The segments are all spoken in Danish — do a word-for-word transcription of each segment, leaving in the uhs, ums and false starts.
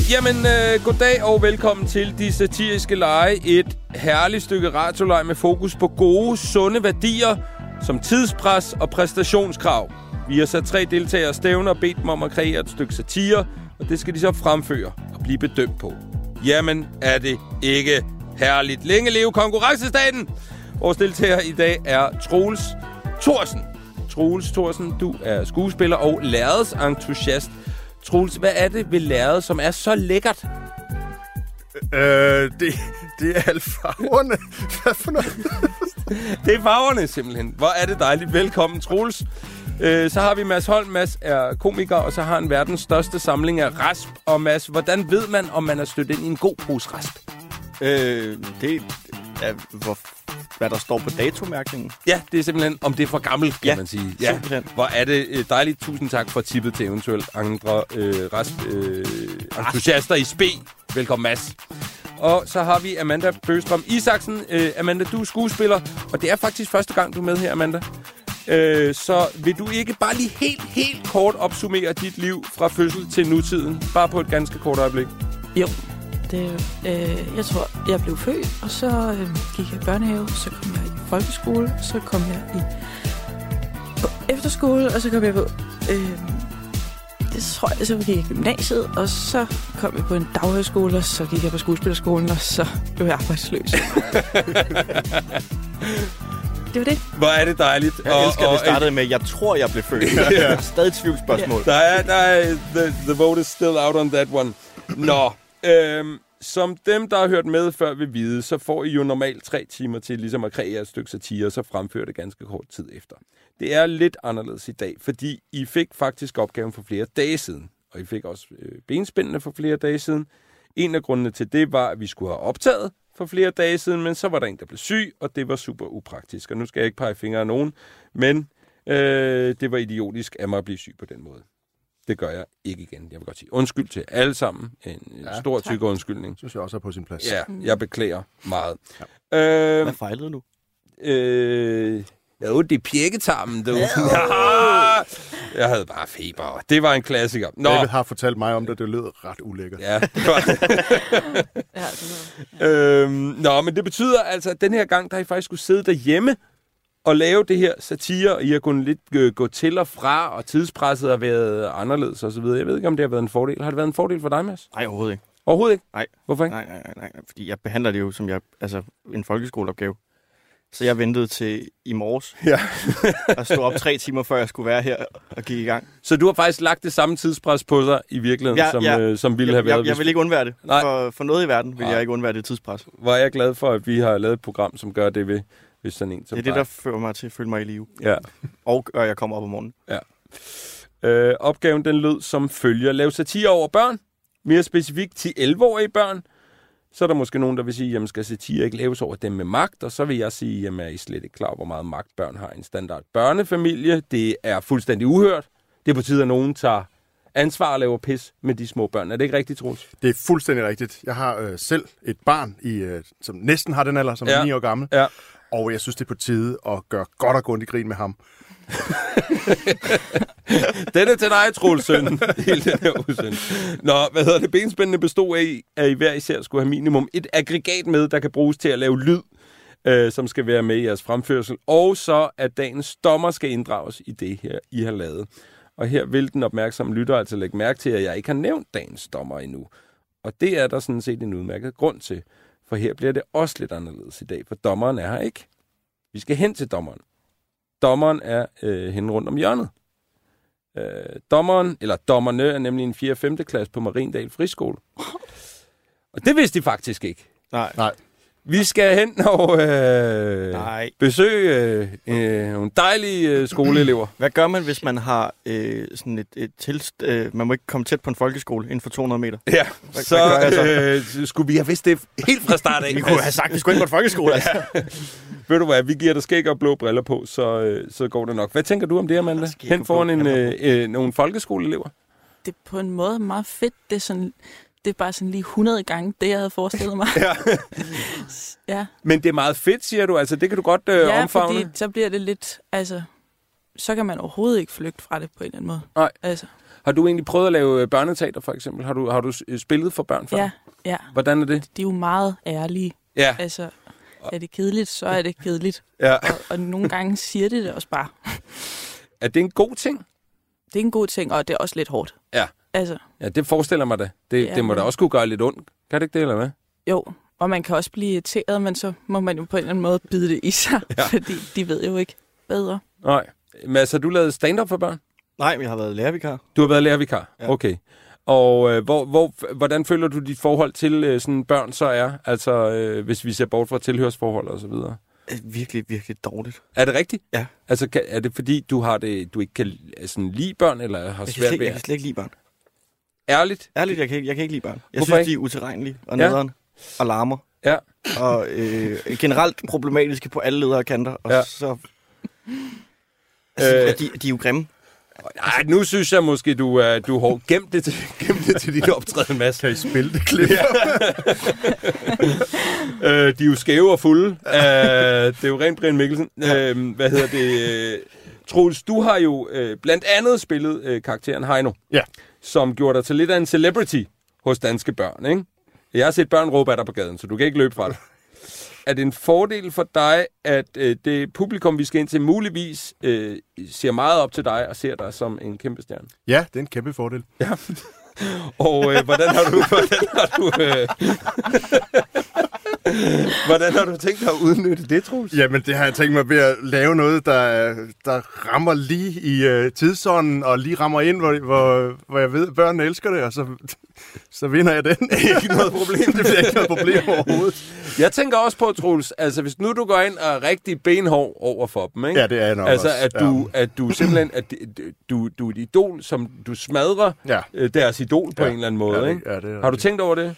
Jamen, øh, goddag og velkommen til De Satiriske Lege. Et herligt stykke radioleg med fokus på gode, sunde værdier som tidspres og præstationskrav. Vi har sat tre deltagere stævner og bedt dem om at kreere et stykke satire, og det skal de så fremføre og blive bedømt på. Jamen, er det ikke herligt. Længe leve konkurrencestaten! Vores deltager i dag er Troels Thorsen. Troels Thorsen, du er skuespiller og lærredsentusiast. Troels, hvad er det ved lærred, som er så lækkert? Øh, det, det er alle farverne. Hvad for noget? Det er farverne, simpelthen. Hvor er det dejligt. Velkommen, Troels. Øh, så har vi Mads Holm. Mads er komiker, og så har han verdens største samling af rasp. Og Mads, hvordan ved man, om man er stødt ind i en god pose rasp? Øh, det er, hvor, hvad der står på datomærkningen. Ja, det er simpelthen, om det er for gammelt, kan ja, man sige. Ja, simpelthen. Hvor er det dejligt. Tusind tak for tippet til eventuelt andre øh, rasp øh, entusiaster i spe. Velkommen, Mads. Og så har vi Amanda Bøgstrøm Isaksen. Øh, Amanda, du er skuespiller, og det er faktisk første gang, du er med her, Amanda. Øh, så vil du ikke bare lige helt, helt kort opsummere dit liv fra fødsel til nutiden? Bare på et ganske kort øjeblik. Jo. Det, øh, jeg tror, jeg blev født, og så øh, gik jeg i børnehave, så kom jeg i folkeskole, så kom jeg i på efterskole, og så kom jeg på, øh, det tror jeg, så gik jeg i gymnasiet, og så kom jeg på en daghøjskole, og så gik jeg på skuespillerskolen, og så blev jeg arbejdsløs. Det var det. Hvor er det dejligt. Jeg og, elsker, at det startede med, jeg tror, jeg blev født. Ja. Der er stadig tvivlsspørgsmål. Der er, der er the, the vote is still out on that one. Nå. Øhm, som dem, der har hørt med før vil vide, så får I jo normalt tre timer til ligesom at kreere et stykke satire, og så fremføre det ganske kort tid efter. Det er lidt anderledes i dag, fordi I fik faktisk opgaven for flere dage siden, og I fik også øh, benspændene for flere dage siden. En af grundene til det var, at vi skulle have optaget for flere dage siden, men så var der en, der blev syg, og det var super upraktisk. Og nu skal jeg ikke pege fingre af nogen, men øh, det var idiotisk af mig at blive syg på den måde. Det gør jeg ikke igen. Jeg vil godt sige undskyld til alle sammen. En ja, stor tykke undskyldning. Synes jeg også er på sin plads. Ja, jeg beklager meget. Ja. Øh, Hvad fejlede du? Øh, jo, det er pjekketarmen, du. Ja. Jeg havde bare feber. Det var en klassiker. Nå. David har fortalt mig om det, det lød ret ulækkert. Ja, det var ja, det var, ja. øhm, Nå, men det betyder altså, at den her gang, der har I faktisk skulle sidde derhjemme og lave det her satire, og I har kunnet lidt øh, gå til og fra, og tidspresset har været anderledes og så videre. Jeg ved ikke, om det har været en fordel. Har det været en fordel for dig, Mads? Nej, overhovedet ikke. Overhovedet ikke? Nej. Hvorfor ikke? Nej, nej, nej, nej. Fordi jeg behandler det jo som jeg, altså, en folkeskoleopgave. Så jeg ventede til i morges. Ja. Og stod op tre timer, før jeg skulle være her og gik i gang. Så du har faktisk lagt det samme tidspres på sig i virkeligheden, ja, som, ja. Øh, som ville jeg, have været... Jeg, jeg vil ikke undvære det. Nej. For, for noget i verden vil nej. jeg ikke undvære det tidspres. Hvor er jeg glad for, at vi har lavet et program, som gør det ved, ved sådan en som det er det, der fører mig til at føle mig i live. Ja. Og øh, jeg kommer op om morgenen. Ja. Øh, opgaven den lød som følger. Lav satire over børn. Mere specifikt til elleve-årige børn. Så er der måske nogen, der vil sige, jamen skal satire ikke laves over dem med magt? Og så vil jeg sige, jamen er I slet ikke klar, hvor meget magt børn har i en standard børnefamilie? Det er fuldstændig uhørt. Det er på tide, at nogen tager ansvar og laver pis med de små børn. Er det ikke rigtigt, Troels? Det er fuldstændig rigtigt. Jeg har øh, selv et barn, i, øh, som næsten har den alder, som ja. er ni år gammel. Ja. Og jeg synes, det er på tide at gøre godt og grundigt grin med ham. Den er til dig, Troels søn. Hele den her udsendelse. Nå, hvad hedder det? Benspændene bestod af, at I hver især skulle have minimum et aggregat med, der kan bruges til at lave lyd, øh, som skal være med i jeres fremførsel. Og så, at dagens dommer skal inddrages i det her, I har lavet. Og her vil den opmærksomme lytter altså lægge mærke til, at jeg ikke har nævnt dagens dommer endnu. Og det er der sådan set en udmærket grund til. For her bliver det også lidt anderledes i dag, for dommeren er her ikke. Vi skal hen til dommeren. Dommeren er øh, hen rundt om hjørnet. Øh, dommeren, eller dommerne, er nemlig en fjerde og femte klasse på Mariendal Friskole. Og det vidste de faktisk ikke. Nej. Nej. Vi skal hen og øh, besøge øh, øh, nogle dejlige øh, skoleelever. Hvad gør man, hvis man har øh, sådan et, et tilst... Øh, man må ikke komme tæt på en folkeskole inden for to hundrede meter? Ja, hvad, så, hvad så? Øh, skulle vi have vidst det helt fra start af. Vi kunne have sagt, at vi skulle ind på en folkeskole. Altså. Ja. Ved du hvad, vi giver dig skæg og blå briller på, så, øh, så går det nok. Hvad tænker du om det, Amanda? Hen foran en, øh, øh, nogle folkeskoleelever? Det er på en måde meget fedt. Det er sådan... Det er bare sådan lige hundrede gange det, jeg havde forestillet mig. Ja. Ja. Men det er meget fedt, siger du. Altså, det kan du godt øh, ja, omfavne. Ja, fordi så bliver det lidt altså, så kan man overhovedet ikke flygte fra det på en eller anden måde. Nej. Altså, Har du egentlig prøvet at lave børneteater, for eksempel? Har du, har du spillet for børn før? ja, ja. Hvordan er det? De er jo meget ærlige. Ja. Altså, er det kedeligt, så er det kedeligt. Ja. Og, og nogle gange siger de det også bare. Er det en god ting? Det er en god ting, og det er også lidt hårdt. Ja. Altså, Ja, det forestiller mig da. Det, Ja, det må men- da også kunne gøre lidt ondt. Kan det ikke det, eller hvad? jo, og man kan også blive irriteret, men så må man jo på en eller anden måde bide det i sig, Ja. ja. fordi de ved jo ikke bedre. Nej. Mads, har du lavet stand-up for børn? Nej, men jeg har været lærervikar. Du har været lærervikar? Ja. Okay. Og øh, hvor, hvor, hvordan føler du dit forhold til øh, sådan børn så er? Altså, øh, hvis vi ser bort fra tilhørsforhold og så videre. Øh, Virkelig, virkelig dårligt. Er det rigtigt? Ja. Altså, kan, er det fordi, du har det, du ikke kan sådan, lide børn, eller har Jeg kan, svært slet, ved jeg kan slet ikke lide børn. Ærligt? Ærligt, jeg kan ikke, jeg kan ikke lide børn. Jeg Hvorfor synes, ikke? de er utilregnelige og Ja. nederen og larmer. Ja. Og øh, generelt problematiske på alle ledere og kanter. Og Ja. så... Altså, Øh. øh, de, de er jo grimme. Nej, nu synes jeg måske, du er du er hård. Gem det til, gem det til dit optræden, Mads. Kan I spille det klip? Ja. øh, de er jo skæve og fulde. Uh, det er jo rent Brian Mikkelsen. Uh, hvad hedder det? Uh, Troels, du har jo uh, blandt andet spillet uh, karakteren Heino, Ja. som gjorde dig til lidt af en celebrity hos danske børn, ikke? Jeg har set børn råbe af dig på gaden, så du kan ikke løbe fra det. Er det en fordel for dig, at øh, det publikum, vi skal ind til, muligvis øh, ser meget op til dig og ser dig som en kæmpe stjerne? Ja, det er en kæmpe fordel. Ja. Og øh, hvordan har du... Hvordan har du øh, hvordan har du tænkt dig at udnytte det, Troels? Jamen, det har jeg tænkt mig ved at lave noget, der, der rammer lige i uh, tidsånden, og lige rammer ind, hvor, hvor, hvor jeg ved, at børnene elsker det, og så, så vinder jeg den. Ikke noget problem. Det bliver ikke noget problem overhovedet. Jeg tænker også på, Troels, altså hvis nu du går ind og er rigtig benhård over for dem, ikke? Ja, det er jeg nok Altså også. at du, at du simpelthen, at du, du er et idol, som du smadrer Ja. øh, deres idol på Ja. en eller anden måde, Ja, det- ikke? ja, det er Har du rigtigt. tænkt over det?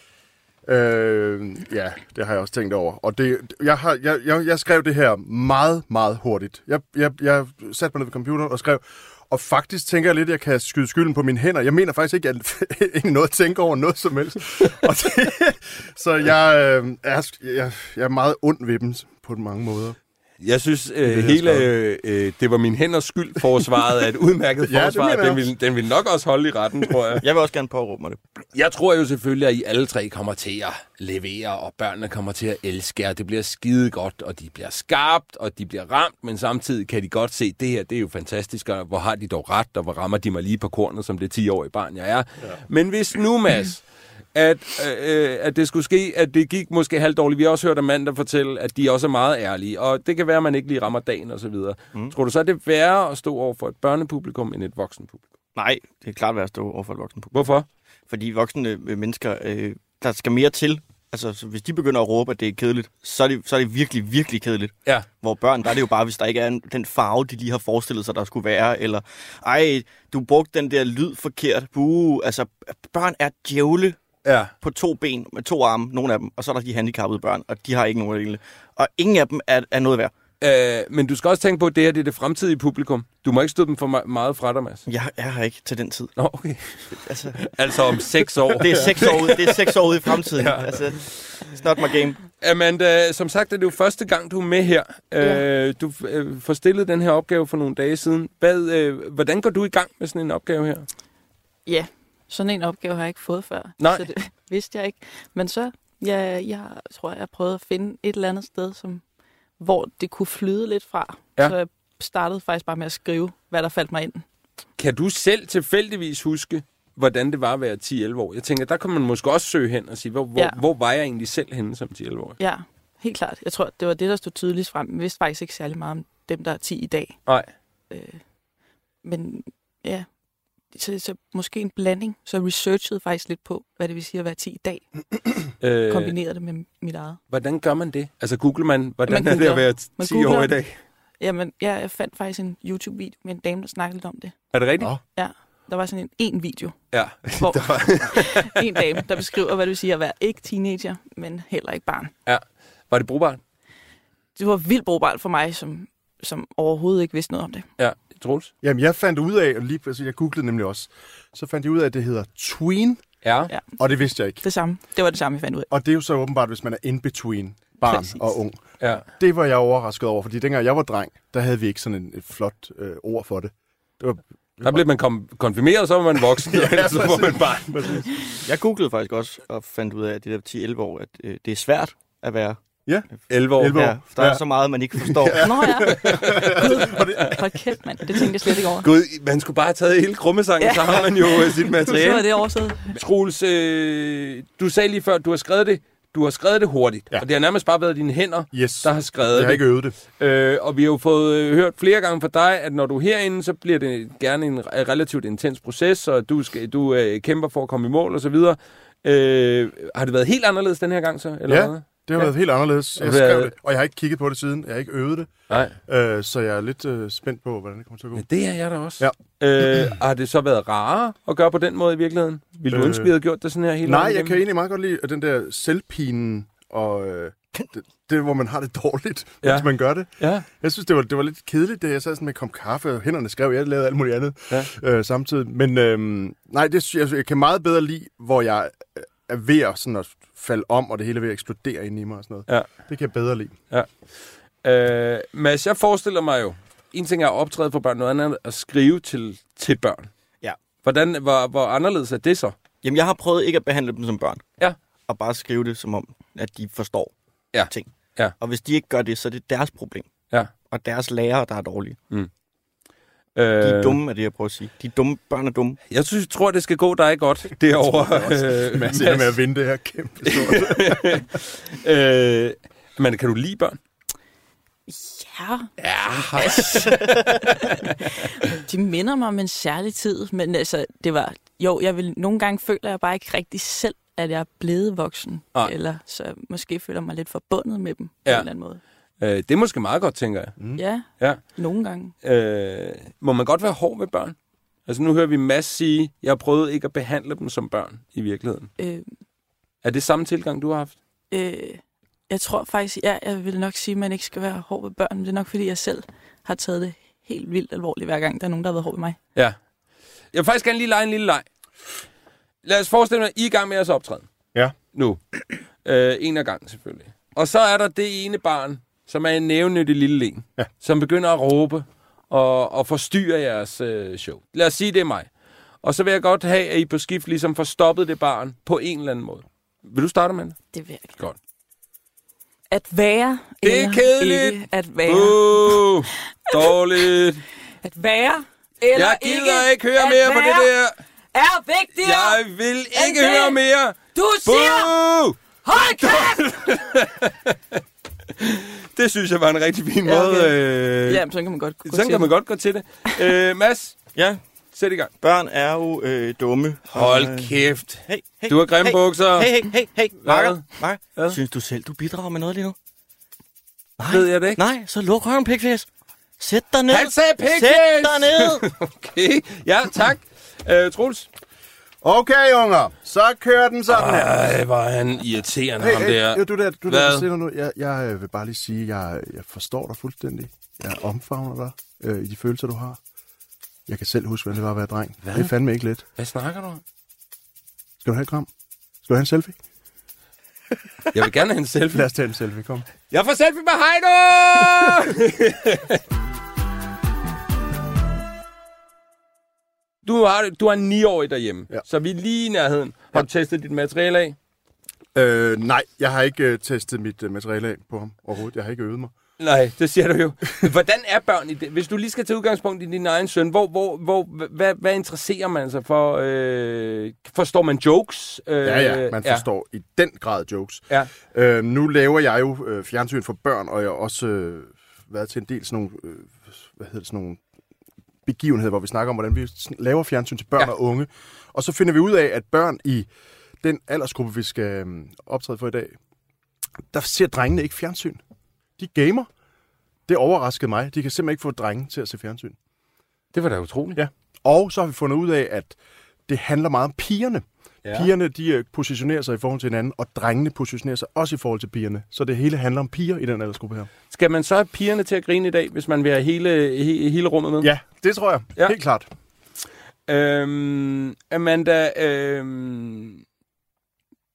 Øh, ja, det har jeg også tænkt over. Og det, jeg, har, jeg, jeg, jeg skrev det her meget, meget hurtigt. Jeg, jeg, jeg satte mig ned ved computeren og skrev, og faktisk tænker jeg lidt, at jeg kan skyde skylden på mine hænder. Jeg mener faktisk ikke, at jeg ikke noget at tænke over noget som helst. Og det, så jeg, øh, er, jeg, jeg er meget ond ved dem på mange måder. Jeg synes, øh, det, jeg hele skrev. øh, det var min hænders skyld, forsvaret er et udmærket Ja, det forsvar. mener jeg Den vil, den vil nok også holde i retten, tror jeg. Jeg vil også gerne påråbe mig det. Jeg tror jo selvfølgelig, at I alle tre kommer til at levere, og børnene kommer til at elske jer. Det bliver skide godt, og de bliver skarpt, og de bliver ramt, men samtidig kan de godt se, at det her det er jo fantastisk, og hvor har de dog ret, og hvor rammer de mig lige på kornet, som det ti-årige barn, jeg er. Ja. Men hvis nu, Mads, at, øh, at det skulle ske, at det gik måske halvdårligt. Vi har også hørt Amanda fortælle, at de også er meget ærlige, og det kan være, at man ikke lige rammer dagen og så videre. Mm. Tror du så, at det er værre at stå over for et børnepublikum end et voksenpublikum? Nej, det er klart værd at stå over for et voksen publikum. Hvorfor? Fordi voksne øh, mennesker, øh, der skal mere til. Altså, så hvis de begynder at råbe, at det er kedeligt, så er det, så er det virkelig, virkelig kedeligt. Ja. Hvor børn, der er det jo bare, hvis der ikke er en, den farve, de lige har forestillet sig, der skulle være, eller ej, du brugte den der lyd forkert. Buh, altså, børn er djævle Ja. på to ben, med to arme, nogle af dem, og så er der de handicappede børn, og de har ikke nogen af delene. Og ingen af dem er, er noget værd. Øh, men du skal også tænke på, at det her det er det fremtidige publikum. Du må ikke støde dem for me- meget fra dig, Mads. Jeg, jeg har ikke til den tid. Nå, okay. Altså, Altså om seks år. det er seks år ude, det er seks år ude i fremtiden. Ja. Altså, it's not my game. Amanda, som sagt er det jo første gang, du er med her. Ja. Øh, du øh, får stillet den her opgave for nogle dage siden. Hvad, øh, hvordan går du i gang med sådan en opgave her? Ja, sådan en opgave har jeg ikke fået før. Nej. Så det vidste jeg ikke. Men så, ja, jeg tror, jeg prøvede at finde et eller andet sted, som, hvor det kunne flyde lidt fra. Ja. Så jeg startede faktisk bare med at skrive, hvad der faldt mig ind. Kan du selv tilfældigvis huske, hvordan det var at være ti elleve år? Jeg tænker, der kan man måske også søge hen og sige, hvor, hvor, Ja. hvor var jeg egentlig selv henne som ti elleve år? Ja, helt klart. Jeg tror, det var det, der stod tydeligst frem. Jeg vidste faktisk ikke særlig meget om dem, der er ti i dag. Nej. Øh, men ja, så, så måske en blanding. Så jeg researchede faktisk lidt på, hvad det vil sige at være ti i dag. Øh, Kombinerede det med mit eget. hvordan gør man det? Altså googler man, hvordan Man er det at googler. være Man ti år googler. i dag? Jamen, ja, jeg fandt faktisk en YouTube-video med en dame, der snakkede lidt om det. Er det rigtigt? Nå. Ja, der var sådan en en video, Ja. hvor Der var- en dame, der beskriver, hvad det vil sige at være ikke teenager, men heller ikke barn. ja. Var det brugbart? Det var vildt brugbart for mig, som, som overhovedet ikke vidste noget om det. Ja. Troels? Jamen, jeg fandt ud af, og lige præcis, jeg googlede nemlig også, så fandt jeg ud af, at det hedder tween, Ja. Ja. og det vidste jeg ikke. Det samme. Det var det samme, jeg fandt ud af. Og det er jo så åbenbart, hvis man er in between. barn Præcis. og ung. Ja. Det var jeg overrasket over, fordi dengang jeg var dreng, der havde vi ikke sådan en, et flot øh, ord for det. Det var Der blev man kom- konfirmeret, og så var man voksen, ja, så var man barn. Jeg googlede faktisk også og fandt ud af, at de der ti elleve år, at øh, det er svært at være elleve år. elleve år. her. Der er Ja. så meget, man ikke forstår. Nå ja. Gud, hold kæft, mand. Det tænkte jeg slet ikke over. Gud, man skulle bare have taget hele krummesangen, Ja. så har man jo øh, sit Så var materiale. det oversat. Troels, øh, du sagde lige før, du har skrevet det, du har skrevet det hurtigt. Ja. Og det har nærmest bare været dine hænder, Yes. der har skrevet Jeg har det. ikke øvet det. Øh, og vi har jo fået øh, hørt flere gange fra dig, at når du er herinde, så bliver det gerne en re- relativt intens proces, og du, skal, du øh, kæmper for at komme i mål osv. Øh, har det været helt anderledes den her gang så? Eller Ja. hvad? Det har Ja. været helt anderledes. Jeg Og skrev hvad- det, og jeg har ikke kigget på det siden. Jeg har ikke øvet det. Nej. Øh, så jeg er lidt øh, spændt på, hvordan det kommer til at gå. Ja, det er jeg da også. Ja. Øh, har det så været rarere at gøre på den måde i virkeligheden? Vil du Øh, ønske, vi havde gjort det sådan her hele Nej, vejen jeg igennem? kan egentlig meget godt lide den der selvpinen, og øh, det, det, hvor man har det dårligt, Ja. hvis man gør det. Ja. Jeg synes, det var, det var lidt kedeligt, da jeg sad sådan med en kop kaffe, og hænderne skrev, jeg lavede alt muligt andet Ja. øh, samtidig. Men øh, nej, det, jeg, jeg kan meget bedre lide, hvor jeg øh, er ved at, sådan at falde om, og det hele er ved at eksplodere inde i mig og sådan noget. Ja. Det kan jeg bedre lide. Øh, Mads, jeg forestiller mig jo, en ting er at optræde for børn, noget andet er at skrive til, til børn. Ja. Hvordan, hvor, hvor anderledes er det så? Jamen, jeg har prøvet ikke at behandle dem som børn. Ja. Og bare skrive det, som om, at de forstår Ja. ting. Ja. Og hvis de ikke gør det, så er det deres problem. Ja. Og deres lærere, der er dårlige. Øh, De er dumme, er det, jeg prøver at sige. De er dumme. Børn er dumme. Jeg synes, tror, det skal gå dig godt derovre. øh, Mads ender med at vinde det her kæmpe stort. øh, men kan du lide børn? Ja, Ja. de minder mig om en særlig tid, men altså, det var... Jo, jeg vil nogle gange føler jeg bare ikke rigtig selv, at jeg er blevet voksen. Nej. Eller så måske føler jeg mig lidt forbundet med dem på Ja. en eller anden måde. øh, det er måske meget godt, tænker jeg. Mm. Ja, Ja. nogle gange. Øh, må man godt være hård ved børn? Altså nu hører vi Mads sige, jeg har prøvet ikke at behandle dem som børn i virkeligheden. Øh, Er det samme tilgang, du har haft? øh, jeg tror faktisk, ja, jeg vil nok sige, at man ikke skal være hård ved børn, men det er nok, fordi jeg selv har taget det helt vildt alvorligt, hver gang der er nogen, der har været hård ved mig. Ja. Jeg vil faktisk gerne lige lege en lille leg. Lad os forestille mig, at I er i gang med jeres optræden. Ja. Nu. Øh, en af gangen selvfølgelig. Og så er der det ene barn, som er en nævnyttig lille len, Ja. som begynder at råbe og, og forstyrre jeres øh, show. Lad os sige, det er mig. Og så vil jeg godt have, at I på skift ligesom får stoppet det barn på en eller anden måde. Vil du starte med det? Det vil jeg ikke. Godt. At være Det er eller kedeligt. ikke at være. Uh, dårligt. At være eller Jeg gider ikke, ikke høre at mere på det være der. er vigtigere. Jeg vil ikke det. høre mere. Du siger, Buh! hold kæft! Det synes jeg var en rigtig fin Ja, måde. okay. Øh, Jamen, sådan kan man godt gå sådan til kan man det. godt gå til det. Øh, Mads, Ja, sæt i gang. børn er jo øh, dumme. Hold Og, øh, kæft. Hey, hey, Du har grimme hey, bukser. Hey, hey, hey, hey. Marker, Hvad? Marker. Synes du selv, du bidrager med noget lige nu? Nej. Ved jeg det ikke? Nej, så luk røven, pigfæs. Sæt dig ned. Han sagde pigfæs! Sæt dig ned. Okay, ja, tak. Øh, Troels? Okay, unger. Så kører den sådan her. Ej, hvor er han irriterende, Hey, ham hey, der. jo, du der, du Hvad? der, der sidder nu. Jeg, jeg øh, vil bare lige sige, jeg, jeg forstår dig fuldstændig. Jeg omfavner dig øh, i de følelser, du har. Jeg kan selv huske, hvordan det var at være dreng. Hvad? Det er fandme ikke let. Hvad snakker du om? Skal du have et kram? Skal du have en selfie? Jeg vil gerne have en selfie. Lad os tage en selfie, kom. Jeg får selfie med Heino! Du har, du har en ni-årig derhjemme, ja. Ja. Så vi er lige i nærheden. Har Ja. du testet dit materiale af? Øh, nej, jeg har ikke øh, testet mit øh, materiale af på ham overhovedet. Jeg har ikke øvet mig. Nej, det siger du jo. Hvordan er børn i det? Hvis du lige skal tage udgangspunkt i din egen søn, hvor, hvor, hvor, hvad, hvad interesserer man sig for? Øh, forstår man jokes? Øh, Ja, ja, man forstår ja. i den grad jokes. Ja. Øh, nu laver jeg jo øh, fjernsyn for børn, og jeg har også øh, været til en del sådan nogle, øh, hvad hedder det, sådan nogle begivenheder, hvor vi snakker om, hvordan vi laver fjernsyn til børn Ja. ja. og unge. Og så finder vi ud af, at børn i den aldersgruppe, vi skal øh, optræde for i dag, der ser drengene ikke fjernsyn. De gamer. Det overraskede mig. De kan simpelthen ikke få drenge til at se fjernsyn. Det var da utroligt. Ja. Og så har vi fundet ud af, at det handler meget om pigerne. Ja. Ja. Pigerne, de øh, positionerer sig i forhold til hinanden, og drengene positionerer sig også i forhold til pigerne. Så det hele handler om piger i den aldersgruppe her. Skal man så have pigerne til at grine i dag, hvis man vil have hele, he, hele rummet med? Ja, det tror jeg. Ja. Ja. Helt klart. Øhm, Amanda, øhm,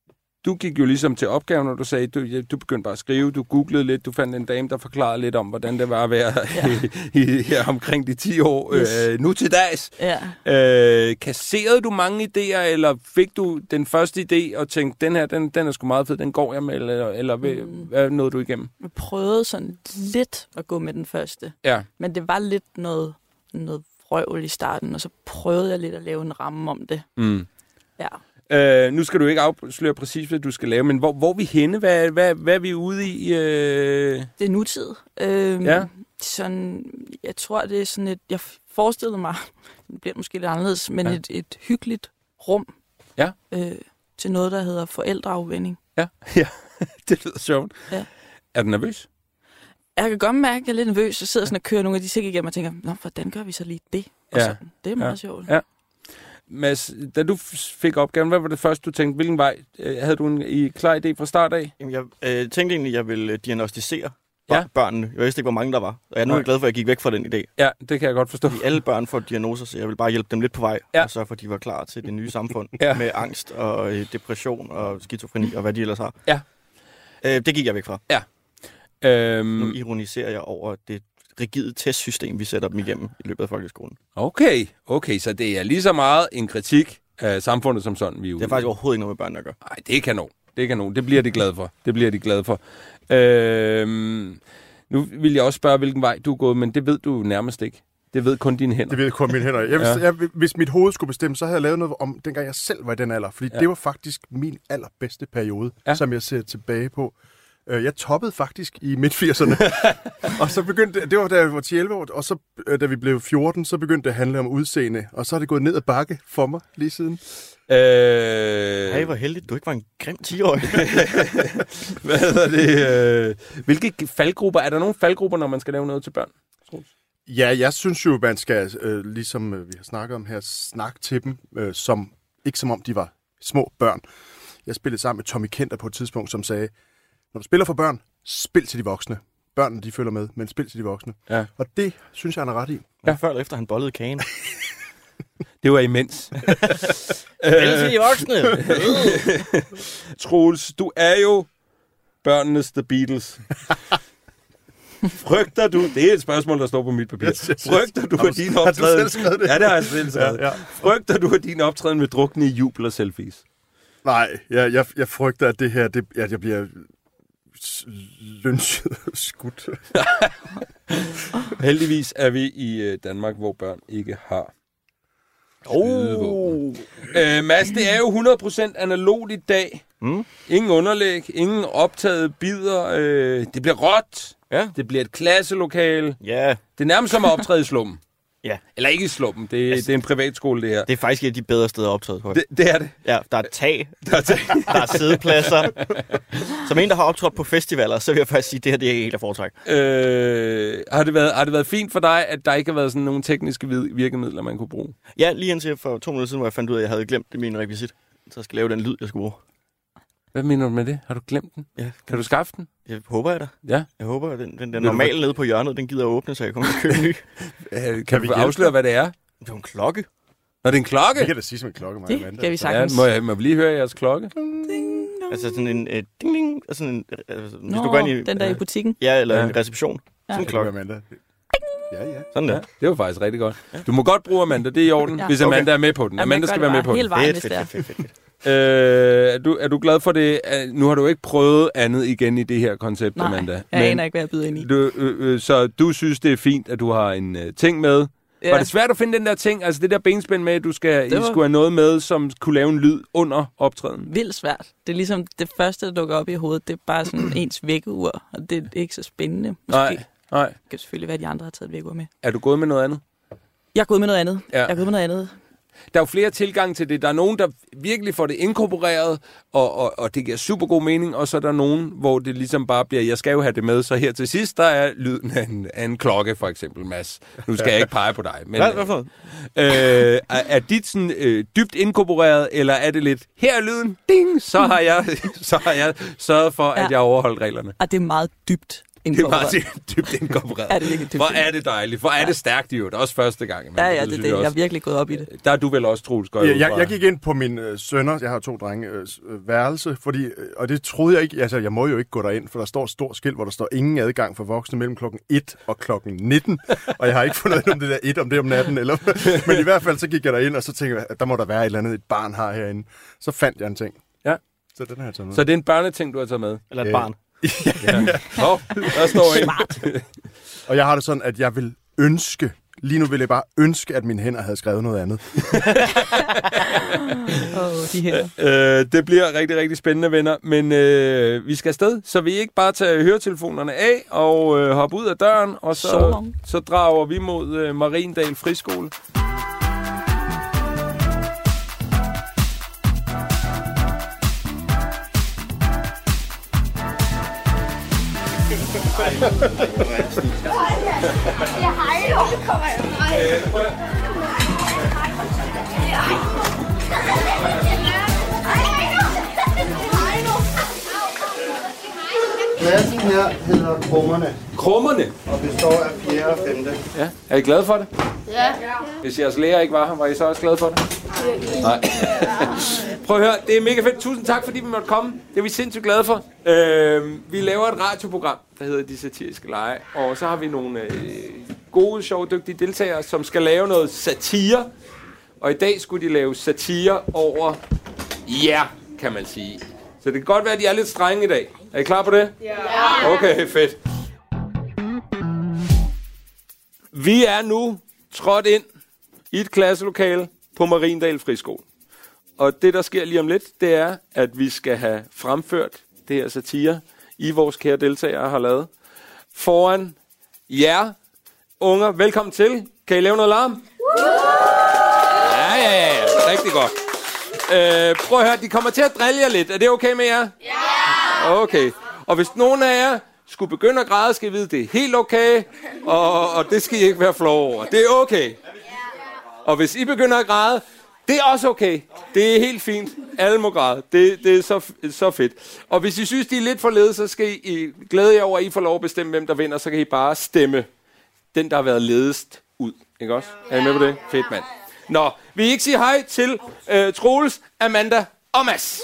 du gik jo ligesom til opgaven, og du sagde, du, ja, du begyndte bare at skrive, du googlede lidt, du fandt en dame, der forklarede lidt om, hvordan det var at være ja. i, i, her omkring de ti år. Yes. Øh, nu til dags. Ja. Øh, kasserede du mange idéer, eller fik du den første idé og tænkte, den her, den, den er sgu meget fed, den går jeg med, eller, eller mm. hvad nåede du igennem? Jeg prøvede sådan lidt at gå med den første, ja. men det var lidt noget, noget vrøvl i starten, og så prøvede jeg lidt at lave en ramme om det. Mm. Ja. Øh, nu skal du ikke afsløre præcis, hvad du skal lave, men hvor, hvor er vi henne? Hvad, hvad, hvad er vi ude i? Øh... Det er nutid. Øh, ja. Sådan, jeg tror, det er sådan et... Jeg forestillede mig, det bliver måske lidt anderledes, men ja. et, et hyggeligt rum ja. øh, til noget, der hedder forældreafvænning. Ja, ja. Det lyder sjovt. Ja. Er du nervøs? Jeg kan godt mærke, at jeg er lidt nervøs, og sidder sådan og kører nogle af de ting igennem og tænker, nå, hvordan gør vi så lige det? Og ja. sådan. Det er meget ja. sjovt. Ja. Mads, da du fik opgaven, hvad var det første, du tænkte? Hvilken vej? Havde du en i klar idé fra start af? Jamen, jeg øh, tænkte egentlig, at jeg ville diagnostisere ja. børnene. Jeg vidste ikke, hvor mange der var. Og jeg er nu Nej. glad for, at jeg gik væk fra den idé. Ja, det kan jeg godt forstå. Fordi alle børn får diagnoser, så jeg vil bare hjælpe dem lidt på vej. Ja. Og sørge for, at de var klar til det nye samfund. ja. Med angst og øh, depression og skizofreni og hvad de ellers har. Ja. Øh, det gik jeg væk fra. Ja. Øhm... Nu ironiserer jeg over det rigide testsystem, vi sætter dem igennem i løbet af folkeskolen. Okay, okay, så det er lige så meget en kritik af samfundet som sådan, vi er ude. Det er faktisk overhovedet ikke noget med børn at gøre. Nej, det er kanon. Det er kanon. Det bliver de glade for. Det bliver de glade for. Øhm, nu vil jeg også spørge, hvilken vej du er gået, men det ved du nærmest ikke. Det ved kun dine hænder. Det ved kun mine hænder. Jeg, hvis, ja. jeg, hvis mit hoved skulle bestemme, så havde jeg lavet noget om, dengang jeg selv var i den alder. Fordi ja. det var faktisk min allerbedste periode, ja. som jeg ser tilbage på. Jeg toppede faktisk i midt-firserne, og så begyndte, det var da jeg var ti elleve år, og så da vi blev fjorten, så begyndte det at handle om udseende, og så er det gået ned ad bakke for mig lige siden. Øh... Hey, hvor heldigt, du ikke var en grim ti-årig. Hvad hedder det? Hvilke faldgrupper? Er der nogle faldgrupper, når man skal lave noget til børn? Ja, jeg synes jo, man skal, øh, ligesom øh, vi har snakket om her, snakke til dem, øh, som, ikke som om de var små børn. Jeg spillede sammen med Tommy Kenter på et tidspunkt, som sagde, når du spiller for børn, spil til de voksne. Børnene, de følger med, men spil til de voksne. Ja. Og det synes jeg, han er ret i. Ja, før eller efter han bollede kagen. Det var imens. Spil til de voksne! Troels, du er jo børnenes The Beatles. Frygter du, det er et spørgsmål, der står på mit papir. Yes, yes, yes. Frygter du, at din optræden... det? Ja, det har jeg selv skrevet. Ja, ja. Frygter du, at din optræden vil drukne i jubel og selfies? Nej, jeg, jeg, jeg frygter, at det her, det, at jeg bliver lynchet skudt. Heldigvis er vi i Danmark, hvor børn ikke har oh. øh, Mads, det er jo hundrede procent analogt i dag. Mm. Ingen underlæg, ingen optaget bidder. Øh, det bliver råt. Ja. Det bliver et klasselokale. Ja. Det er nærmest som at optræde i slummen. Ja. Eller ikke i slummen. Det, altså, det er en privatskole, det her. Det er faktisk et af de bedre steder at optræde på. Det, det er det. Ja, der er tag. Der er, tag. Der er sædepladser. Som en, der har optrådt på festivaler, så vil jeg faktisk sige, at det her det er helt af foretræk. Øh, har, det været, har det været fint for dig, at der ikke har været sådan nogle tekniske virkemidler, man kunne bruge? Ja, lige indtil for to minutter siden, hvor jeg fandt ud af, at jeg havde glemt det min rekvisit. Så jeg skal lave den lyd, jeg skulle bruge. Hvad mener du med det? Har du glemt den? Ja. Kan du skaffe den? Jeg håber jeg da. Ja. Jeg håber, at den, den, den normale nede på hjørnet, den gider at åbne, så jeg kommer til at købe en ny. kan, kan vi afsløre, hvad det er? Det er en klokke. Nå, det er en klokke? Det kan da sige som en klokke, mig. Det kan vi sagtens. Ja, må, jeg, må jeg lige høre jeres klokke? Ding, altså sådan en uh, ding, ding, og sådan en... Uh, hvis Nå, du går ind i, den der uh, i butikken. Ja, eller ja. en reception. Ja. Sådan en klokke. Amanda. Ja, ja. Sådan der. Ja, det var faktisk rigtig godt. Du må godt bruge Amanda, det er i orden, ja. hvis Amanda okay. er med på den. Amanda Jamen, skal være med på den. Helt vejen, fedt, hvis det er. fedt, fedt, fedt, fedt. Øh, er, du, er du glad for det? Nu har du ikke prøvet andet igen i det her koncept, Nej, Amanda. jeg Men aner ikke, hvad jeg byder ind i. Du, øh, øh, så du synes, det er fint, at du har en øh, ting med. Ja. Var det svært at finde den der ting, altså det der benspænd med, at du skal, var... I skulle have noget med, som kunne lave en lyd under optræden? Vildt svært. Det er ligesom det første, der dukker op i hovedet. Det er bare sådan ens vækkeur, og det er ikke så spændende. Måske. Nej, nej. Det kan selvfølgelig være, de andre har taget vækkeur med. Er du gået med noget andet? Jeg er gået med noget andet. Ja. Jeg er gået med noget andet. Der er jo flere tilgange til det. Der er nogen, der virkelig får det inkorporeret, og, og, og det giver super god mening, og så er der nogen, hvor det ligesom bare bliver, jeg skal jo have det med, så her til sidst, der er lyden af en, af en klokke, for eksempel, Mads. Nu skal jeg ikke pege på dig. Men, Hvad, hvad for? Øh, er, er dit sådan øh, dybt inkorporeret, eller er det lidt, her er lyden, ding, så har jeg, så har jeg sørget for, ja. at jeg overholdt reglerne? Og det er meget dybt Det er bare dybt inkorporeret. Er det virkelig dybt? Hvor er det dejligt. Hvor er det stærkt, jo. Det er også første gang. Ja, ja, det er det. Jeg er virkelig gået op i det. Der er du vel også, Troels, går Ja, ud jeg, fra. jeg gik ind på min øh, sønner, jeg har to drenge, øh, øh, værelse, fordi, øh, og det troede jeg ikke, altså jeg må jo ikke gå derind, for der står et stort skilt, hvor der står ingen adgang for voksne mellem klokken et og klokken nitten, og jeg har ikke fundet ud af, om det der et om det om natten, eller, men i hvert fald så gik jeg derind, og så tænkte jeg, at der må der være et eller andet, et barn har herinde. Så fandt jeg en ting. Ja. Så den har jeg taget med. Så det er en børneting, du har taget med? Eller et Ja. barn. Ja. Hov, der står en. Smart. Og jeg har det sådan, at jeg vil ønske, lige nu vil jeg bare ønske, at mine hænder havde skrevet noget andet. Åh, oh, de her. Øh, det bliver rigtig, rigtig spændende, venner. Men øh, vi skal afsted, så vi ikke bare tager høretelefonerne af og øh, hoppe ud af døren, og så, Så så drager vi mod øh, Mariendal Friskole. Ja, hej, nu kommer jeg. Klassen her hedder Krummerne, Krummerne. og består af fjerde og femte. Ja. Er I glade for det? Ja. Hvis jeres lærer ikke var her, var I så også glade for det? Nej. Prøv at høre, det er mega fedt. Tusind tak, fordi vi måtte komme. Det er vi sindssygt glade for. Øh, vi laver et radioprogram, der hedder De Satiriske Lege. Og så har vi nogle øh, gode, sjove, dygtige deltagere, som skal lave noget satire. Og i dag skulle de lave satire over ja, kan man sige. Så det kan godt være, at de er lidt strenge i dag. Er I klar på det? Ja. Okay, fedt. Vi er nu trådt ind i et klasselokale på Mariendal Friskole. Og det, der sker lige om lidt, det er, at vi skal have fremført det her satire, I vores kære deltagere har lavet. Foran jer, unger, velkommen til. Kan I lave noget larm? Ja, ja, ja, ja. Rigtig godt. Øh, prøv at høre, de kommer til at drille jer lidt. Er det okay med jer? Ja! Okay. Og hvis nogen af jer skulle begynde at græde, skal I vide, at det er helt okay. Og, og det skal I ikke være flove over. Det er okay. Og hvis I begynder at græde, det er også okay. Det er helt fint. Alle må græde. Det, det er så, så fedt. Og hvis I synes, de er lidt for lede, så skal I, I glæde jer over, at I får lov at bestemme, hvem der vinder. Så kan I bare stemme den, der har været ledest ud. Ikke også? Er I med på det? Fedt, mand. Nå, vil I ikke sige hej til øh, Troels, Amanda og Mads?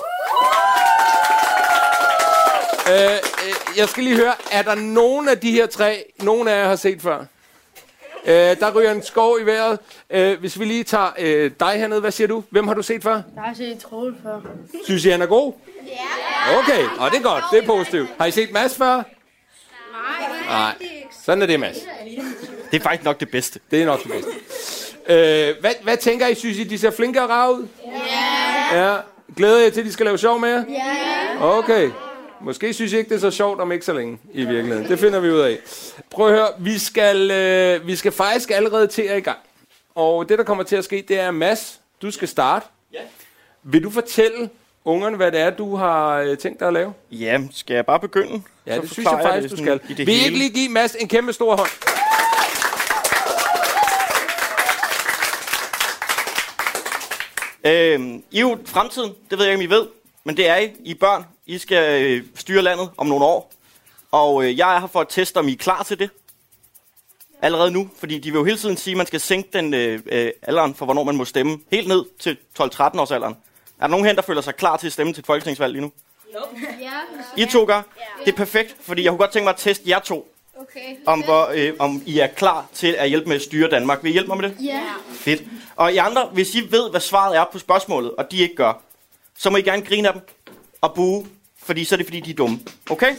Øh, øh, jeg skal lige høre, er der nogen af de her tre, nogen af jer har set før? Øh, der ryger en skov i vejret. Øh, hvis vi lige tager øh, dig hernede, hvad siger du? Hvem har du set før? Jeg har set Troels før. Synes I, han er god? Ja. Okay, og det er godt. Det er positivt. Har I set Mads før? Nej. Nej. Sådan er det, Mads. Det er faktisk nok det bedste. Det er nok det bedste. Øh, hvad, hvad tænker I? Synes I, de ser flinke og rare ud? Ja. Ja. Glæder jeg til, at de skal lave sjov med jer? Ja. Okay. Måske synes jeg ikke, det er så sjovt om ikke så længe i virkeligheden. Det finder vi ud af. Prøv at høre, vi skal, øh, vi skal faktisk allerede til at i gang. Og det, der kommer til at ske, det er, Mads, du skal starte. Ja. Vil du fortælle ungerne, hvad det er, du har øh, tænkt dig at lave? Ja, skal jeg bare begynde? Ja, Så det synes jeg forklarer faktisk, du sådan skal. i det Vil I hele. ikke lige give Mads en kæmpe stor hånd? Øhm, I er jo fremtiden, det ved jeg ikke, om I ved, men det er I. I er børn. I skal øh, styre landet om nogle år. Og øh, jeg er her for at teste, om I er klar til det. Allerede nu, fordi de vil jo hele tiden sige, at man skal sænke den øh, øh, alderen for, hvornår man må stemme, helt ned til tolv tretten års alderen. Er der nogen her, der føler sig klar til at stemme til et folketingsvalg lige nu? Ja. I to gør? Det er perfekt, fordi jeg kunne godt tænke mig at teste jer to, Okay. om, hvor, øh, om I er klar til at hjælpe med at styre Danmark. Vil I hjælpe mig med det? Ja. Fedt. Og I andre, hvis I ved, hvad svaret er på spørgsmålet, og de ikke gør, så må I gerne grine af dem og buge, fordi så er det, fordi de er dumme. Okay?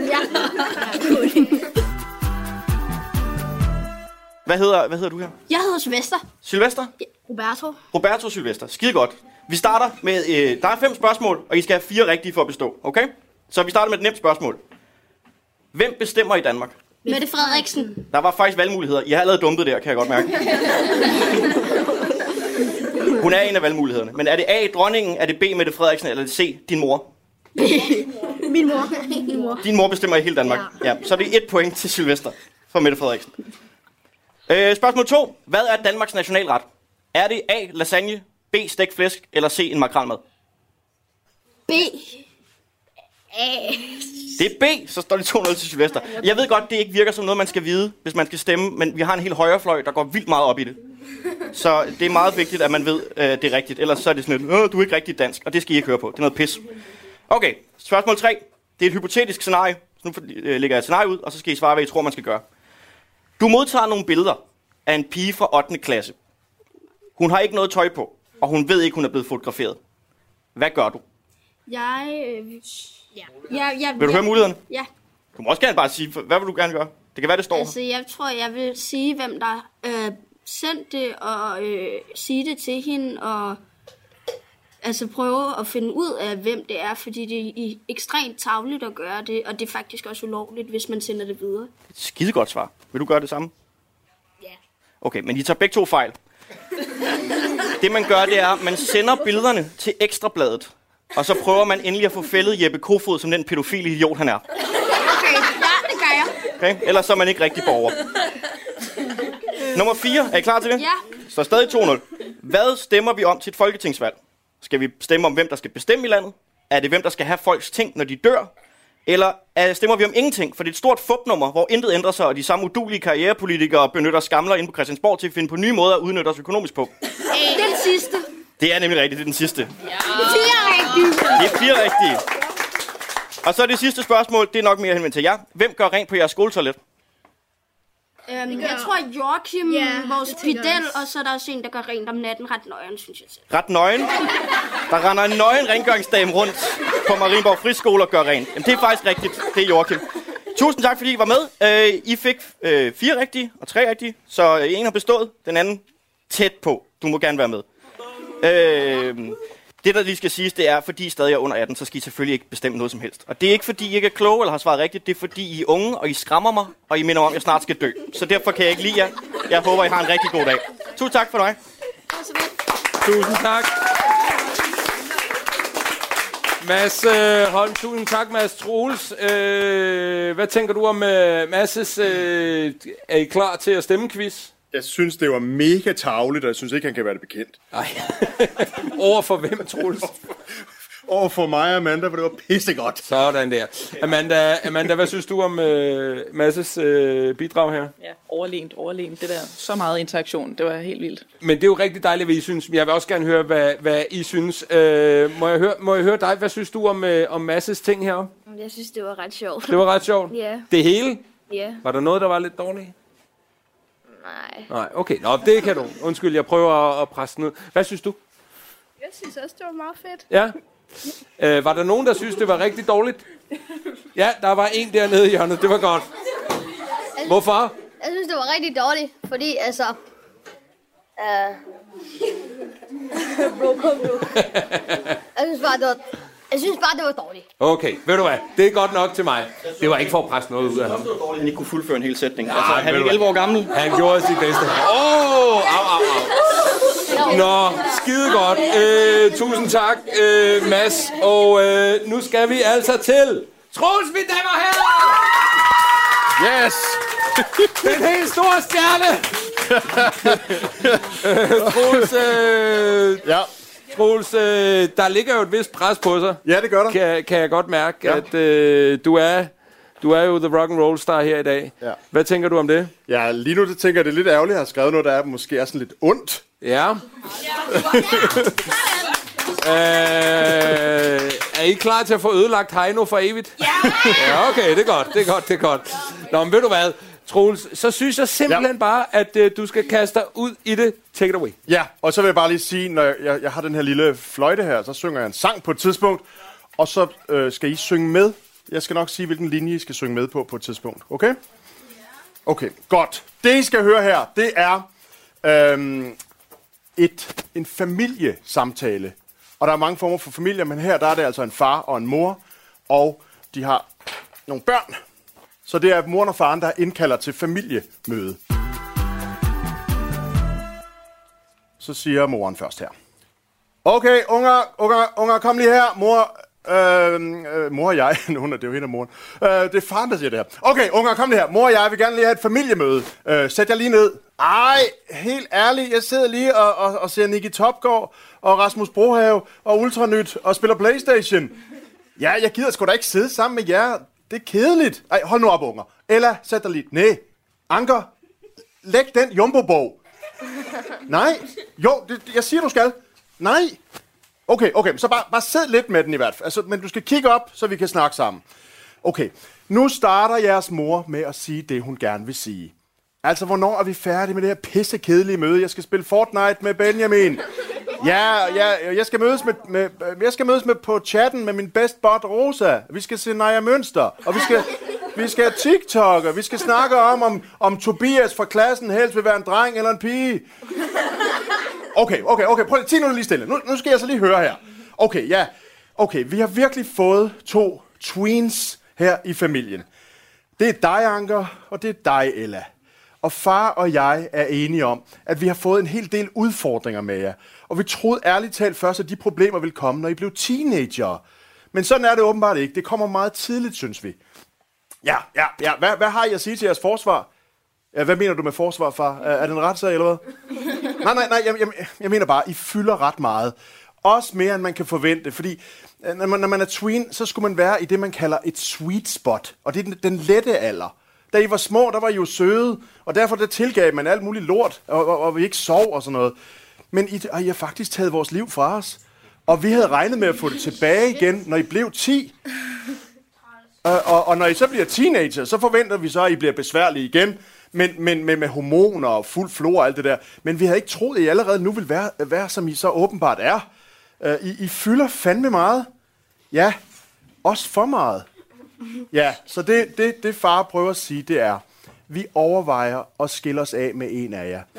Hvad hedder, hvad hedder du her? Jeg hedder Sylvester. Sylvester? Roberto. Roberto Sylvester. Skide godt. Vi starter med, øh, der er fem spørgsmål, og I skal have fire rigtige for at bestå. Okay? Så vi starter med et nemt spørgsmål. Hvem bestemmer i Danmark? Mette Frederiksen. Der var faktisk valgmuligheder. I har allerede dumpet der, kan jeg godt mærke. Hun er en af valgmulighederne. Men er det A, dronningen, er det B, Mette Frederiksen, eller er det C, din mor? Min mor. Min mor. Din mor bestemmer i hele Danmark. Ja, så er det et point til Sylvester fra Mette Frederiksen. Øh, spørgsmål to. Hvad er Danmarks nationalret? Er det A, lasagne, B, stegt flæsk, eller C, en makrelmad? B. A. Det er B, så står det to nul til Sylvester. Jeg ved godt, det ikke virker som noget, man skal vide, hvis man skal stemme, men vi har en helt højrefløj, der går vildt meget op i det. Så det er meget vigtigt, at man ved, at det er rigtigt. Ellers så er det sådan lidt, du er ikke rigtig dansk, og det skal I ikke høre på. Det er noget pis. Okay, spørgsmål tre. Det er et hypotetisk scenarie. Så nu lægger jeg et scenarie ud, og så skal I svare, hvad I tror, man skal gøre. Du modtager nogle billeder af en pige fra ottende klasse. Hun har ikke noget tøj på, og hun ved ikke, hun er blevet fotograferet. Hvad gør du? Jeg... Øh, ja. Jeg, jeg, Vil du høre mulighederne? Ja. Du må også gerne bare sige, hvad vil du gerne gøre? Det kan være, det står Altså, jeg tror, jeg vil sige, hvem der øh, sendte det, og øh, sige det til hende, og altså prøve at finde ud af, hvem det er, fordi det er ekstremt tarveligt at gøre det, og det er faktisk også ulovligt, hvis man sender det videre. Et skidegodt svar. Vil du gøre det samme? Ja. Okay, men I tager begge to fejl. Det man gør, det er, at man sender billederne til Ekstrabladet, og så prøver man endelig at få fældet Jeppe Kofod som den pædofile idiot, han er. Okay, ja, det gør jeg. Okay? Ellers så er man ikke rigtig borger. Nummer fire. Er I klar til det? Ja. Så stadig to nul. Hvad stemmer vi om til et folketingsvalg? Skal vi stemme om, hvem der skal bestemme i landet? Er det, hvem der skal have folks ting, når de dør? Eller er, stemmer vi om ingenting? For det er et stort fupnummer, hvor intet ændrer sig, og de samme udulige karrierepolitikere benytter skamler inde på Christiansborg til at finde på nye måder at udnytte os økonomisk på. Det er den sidste. Det er nemlig rigtigt, det er den sidste. Ja. Fire rigtige. Det er fire rigtige. Og så det sidste spørgsmål, det er nok mere henvendt til jer. Hvem gør rent på jeres skoletoilet? Øhm, jeg tror, Joachim, Ja, vores det tænker jeg pedel, og så er der også en, der gør rent om natten ret nøjeren, synes jeg selv. Ret nøgen. Der render en nøgen rengøringsdame rundt på Marienborg Friskole og gør rent. Jamen, det er faktisk rigtigt. Det er Joachim. Tusind tak, fordi I var med. Øh, I fik øh, fire rigtige og tre rigtige, så øh, en har bestået, den anden tæt på. Du må gerne være med. Øh, det, der lige skal siges, det er, fordi I stadig er under atten, så skal I selvfølgelig ikke bestemme noget som helst. Og det er ikke, fordi I ikke er kloge eller har svaret rigtigt. Det er, fordi I er unge, og I skræmmer mig, og I minder om, at jeg snart skal dø. Så derfor kan jeg ikke lide jer. Jeg håber, I har en rigtig god dag. Tusind tak for dig. Tusind tak. Mads øh, Holm, tusind tak, Mads Troels. Øh, hvad tænker du om øh, Mads' øh, er I klar til at stemme quiz? Jeg synes, det var mega tarveligt, og jeg synes ikke, han kan være det bekendt. Nej. Over for hvem, Troels? Over for mig og Amanda, for det var pissegodt. Sådan der. Amanda, Amanda, hvad synes du om øh, Mads' øh, bidrag her? Ja, overlænt, overlænt. Det der, så meget interaktion, det var helt vildt. Men det er jo rigtig dejligt, hvad I synes. Jeg vil også gerne høre, hvad, hvad I synes. Øh, må, jeg høre, må jeg høre dig? Hvad synes du om, øh, om Mads' ting her? Jeg synes, det var ret sjovt. Det var ret sjovt. Ja. Det hele? Ja. Var der noget, der var lidt dårligt? Nej. Nej, okay. Nå, det kan du. Undskyld, jeg prøver at, at presse ned. Hvad synes du? Jeg synes også, det var meget fedt. Ja. Øh, var der nogen, der synes, det var rigtig dårligt? Ja, der var en dernede i hjørnet. Det var godt. Hvorfor? Jeg synes, det var rigtig dårligt, fordi altså... Uh... Bro, kom nu. Jeg synes bare, det var... Jeg synes bare, det var dårligt. Okay, ved du hvad? Det er godt nok til mig. Det var ikke for at presse noget ud af ham. Han ikke kunne fuldføre en hel sætning. Nej, Altså, han er ved du ikke elleve år hvad? gammel. Han gjorde sit bedste. Åh, oh, au, au, au. Nå, skide godt. Øh, tusind tak, øh, Mads. Og øh, nu skal vi altså til Troels, mine damer og herrer! Yes! Den helt store stjerne! øh, Troels, øh, Ja. Troels øh, der ligger jo et vist pres på sig. Ja, det gør der. Kan, kan jeg godt mærke, Ja. at øh, du er... Du er jo the rock and roll star her i dag. Ja. Hvad tænker du om det? Ja, lige nu det tænker jeg, det er lidt ærgerligt, at jeg har skrevet noget, der er måske er sådan lidt ondt. Ja. øh, er I klar til at få ødelagt Heino for evigt? Ja! Ja, okay, det er godt, det er godt, det er godt. Nå, men ved du hvad, Troels, så synes jeg simpelthen ja. bare, at øh, du skal kaste dig ud i det. Take it away. Ja, og så vil jeg bare lige sige, når jeg, jeg, jeg har den her lille fløjte her, så synger jeg en sang på et tidspunkt, og så øh, skal I synge med. Jeg skal nok sige, hvilken linje I skal synge med på på et tidspunkt. Okay? Okay, godt. Det, I skal høre her, det er øhm, et, en familiesamtale. Og der er mange former for familier, men her der er det altså en far og en mor, og de har nogle børn. Så det er moren og faren, der indkalder til familiemøde. Så siger moren først her. Okay, unger, unger, unger, kom lige her. Mor, øh, øh, mor og jeg, hun er, det er jo hende og moren. Øh, det er faren, der siger det her. Okay, unger, kom lige her. Mor og jeg vil gerne lige have et familiemøde. Øh, sæt jer lige ned. Ej, helt ærligt, jeg sidder lige og, og, og ser Nicky Topgaard og Rasmus Brohave og Ultranyt og spiller PlayStation. Ja, jeg gider sgu da ikke sidde sammen med jer. Det er kedeligt. Ej, hold nu op, unger. Ella, sæt dig lige. Næh. Anker, læg den jumbo-bog. Nej. Jo, det, jeg siger, du skal. Nej. Okay, okay, så bare, bare sid lidt med den i hvert fald. Altså, men du skal kigge op, så vi kan snakke sammen. Okay, nu starter jeres mor med at sige det, hun gerne vil sige. Altså, hvornår er vi færdige med det her pissekedelige møde? Jeg skal spille Fortnite med Benjamin. Ja, ja, jeg skal mødes med, med jeg skal mødes med på chatten med min best bud Rosa. Vi skal se Naja Mønster, og vi skal vi skal have TikTok, og vi skal snakke om om om Tobias fra klassen helst vil være en dreng eller en pige. Okay, okay, okay. Prøv lige, nu lige stille. Nu, nu skal jeg så lige høre her. Okay, ja. Okay, vi har virkelig fået to tweens her i familien. Det er dig, Anker, og det er dig, Ella. Og far og jeg er enige om, at vi har fået en hel del udfordringer med jer. Og vi troede ærligt talt først, at de problemer ville komme, når I blev teenagere. Men sådan er det åbenbart ikke. Det kommer meget tidligt, synes vi. Ja, ja, ja. Hvad, hvad har I at sige til jeres forsvar? Ja, hvad mener du med forsvar, far? Er, er det en retssag, eller hvad? Nej, nej, nej. Jeg, jeg, jeg mener bare, I fylder ret meget. Også mere, end man kan forvente. Fordi når man, når man er tween, så skulle man være i det, man kalder et sweet spot. Og det er den, den lette alder. Da I var små, der var I jo søde, og derfor der tilgav man alt muligt lort, og, og, og vi ikke sov og sådan noget. Men I, I har faktisk taget vores liv fra os. Og vi havde regnet med at få det tilbage igen, når I blev ti. Og, og, og når I så bliver teenager, så forventer vi så, at I bliver besværlige igen. Men, men, men med hormoner og fuld flor og alt det der. Men vi havde ikke troet, at I allerede nu ville være, være som I så åbenbart er. Uh, I, I fylder fandme meget. Ja, også for meget. Ja, så det, det, det far prøver at sige, det er, vi overvejer at skille os af med en af jer.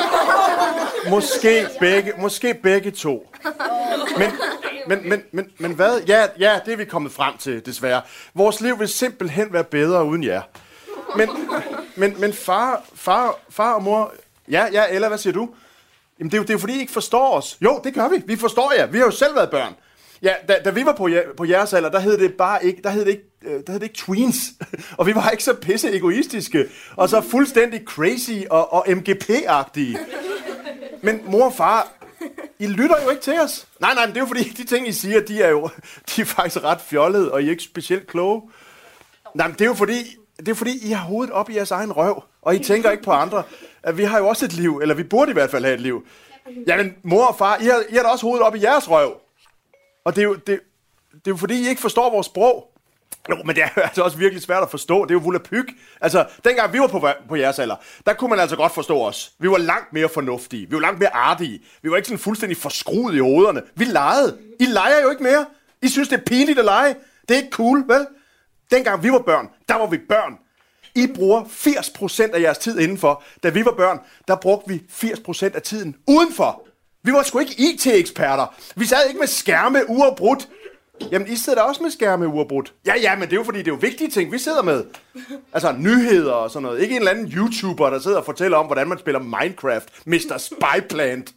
Måske begge, måske begge to. Men, men, men, men, men hvad? Ja, ja, det er vi kommet frem til, desværre. Vores liv vil simpelthen være bedre uden jer. Men, men, men far, far, far og mor... Ja, ja, Ella, hvad siger du? Jamen, det er jo, det er jo fordi, I ikke forstår os. Jo, det gør vi. Vi forstår jer. Vi har jo selv været børn. Ja, da, da vi var på, på jeres alder, der hed det bare ikke, der hed det ikke, der hed det ikke tweens. Og vi var ikke så pisse egoistiske. Og så fuldstændig crazy og, og M G P-agtige. Men mor og far, I lytter jo ikke til os. Nej, nej, men det er jo fordi, de ting, I siger, de er jo de er faktisk ret fjollede, og I er ikke specielt kloge. Nej, men det er jo fordi, det er fordi, I har hovedet op i jeres egen røv, og I tænker ikke på andre. At vi har jo også et liv, eller vi burde i hvert fald have et liv. Jamen, mor og far, I har, I har da også hovedet op i jeres røv. Og det er, jo, det, det er jo fordi, I ikke forstår vores sprog. Jo, men det er jo altså også virkelig svært at forstå. Det er jo volapyk. Altså, dengang vi var på, på jeres alder, der kunne man altså godt forstå os. Vi var langt mere fornuftige. Vi var langt mere artige. Vi var ikke sådan fuldstændig forskruet i hovederne. Vi legede. I leger jo ikke mere. I synes, det er pinligt at lege. Det er ikke cool, vel? Dengang vi var børn, der var vi børn. I bruger firs procent af jeres tid indenfor. Da vi var børn, der brugte vi firs procent af tiden udenfor. Vi var sgu ikke I T-eksperter. Vi sad ikke med skærme uafbrudt. Jamen, I sidder da også med skærme uafbrudt. Ja, ja, men det er jo fordi, det er jo vigtige ting, vi sidder med. Altså, nyheder og sådan noget. Ikke en eller anden YouTuber, der sidder og fortæller om, hvordan man spiller Minecraft. mister Spyplant.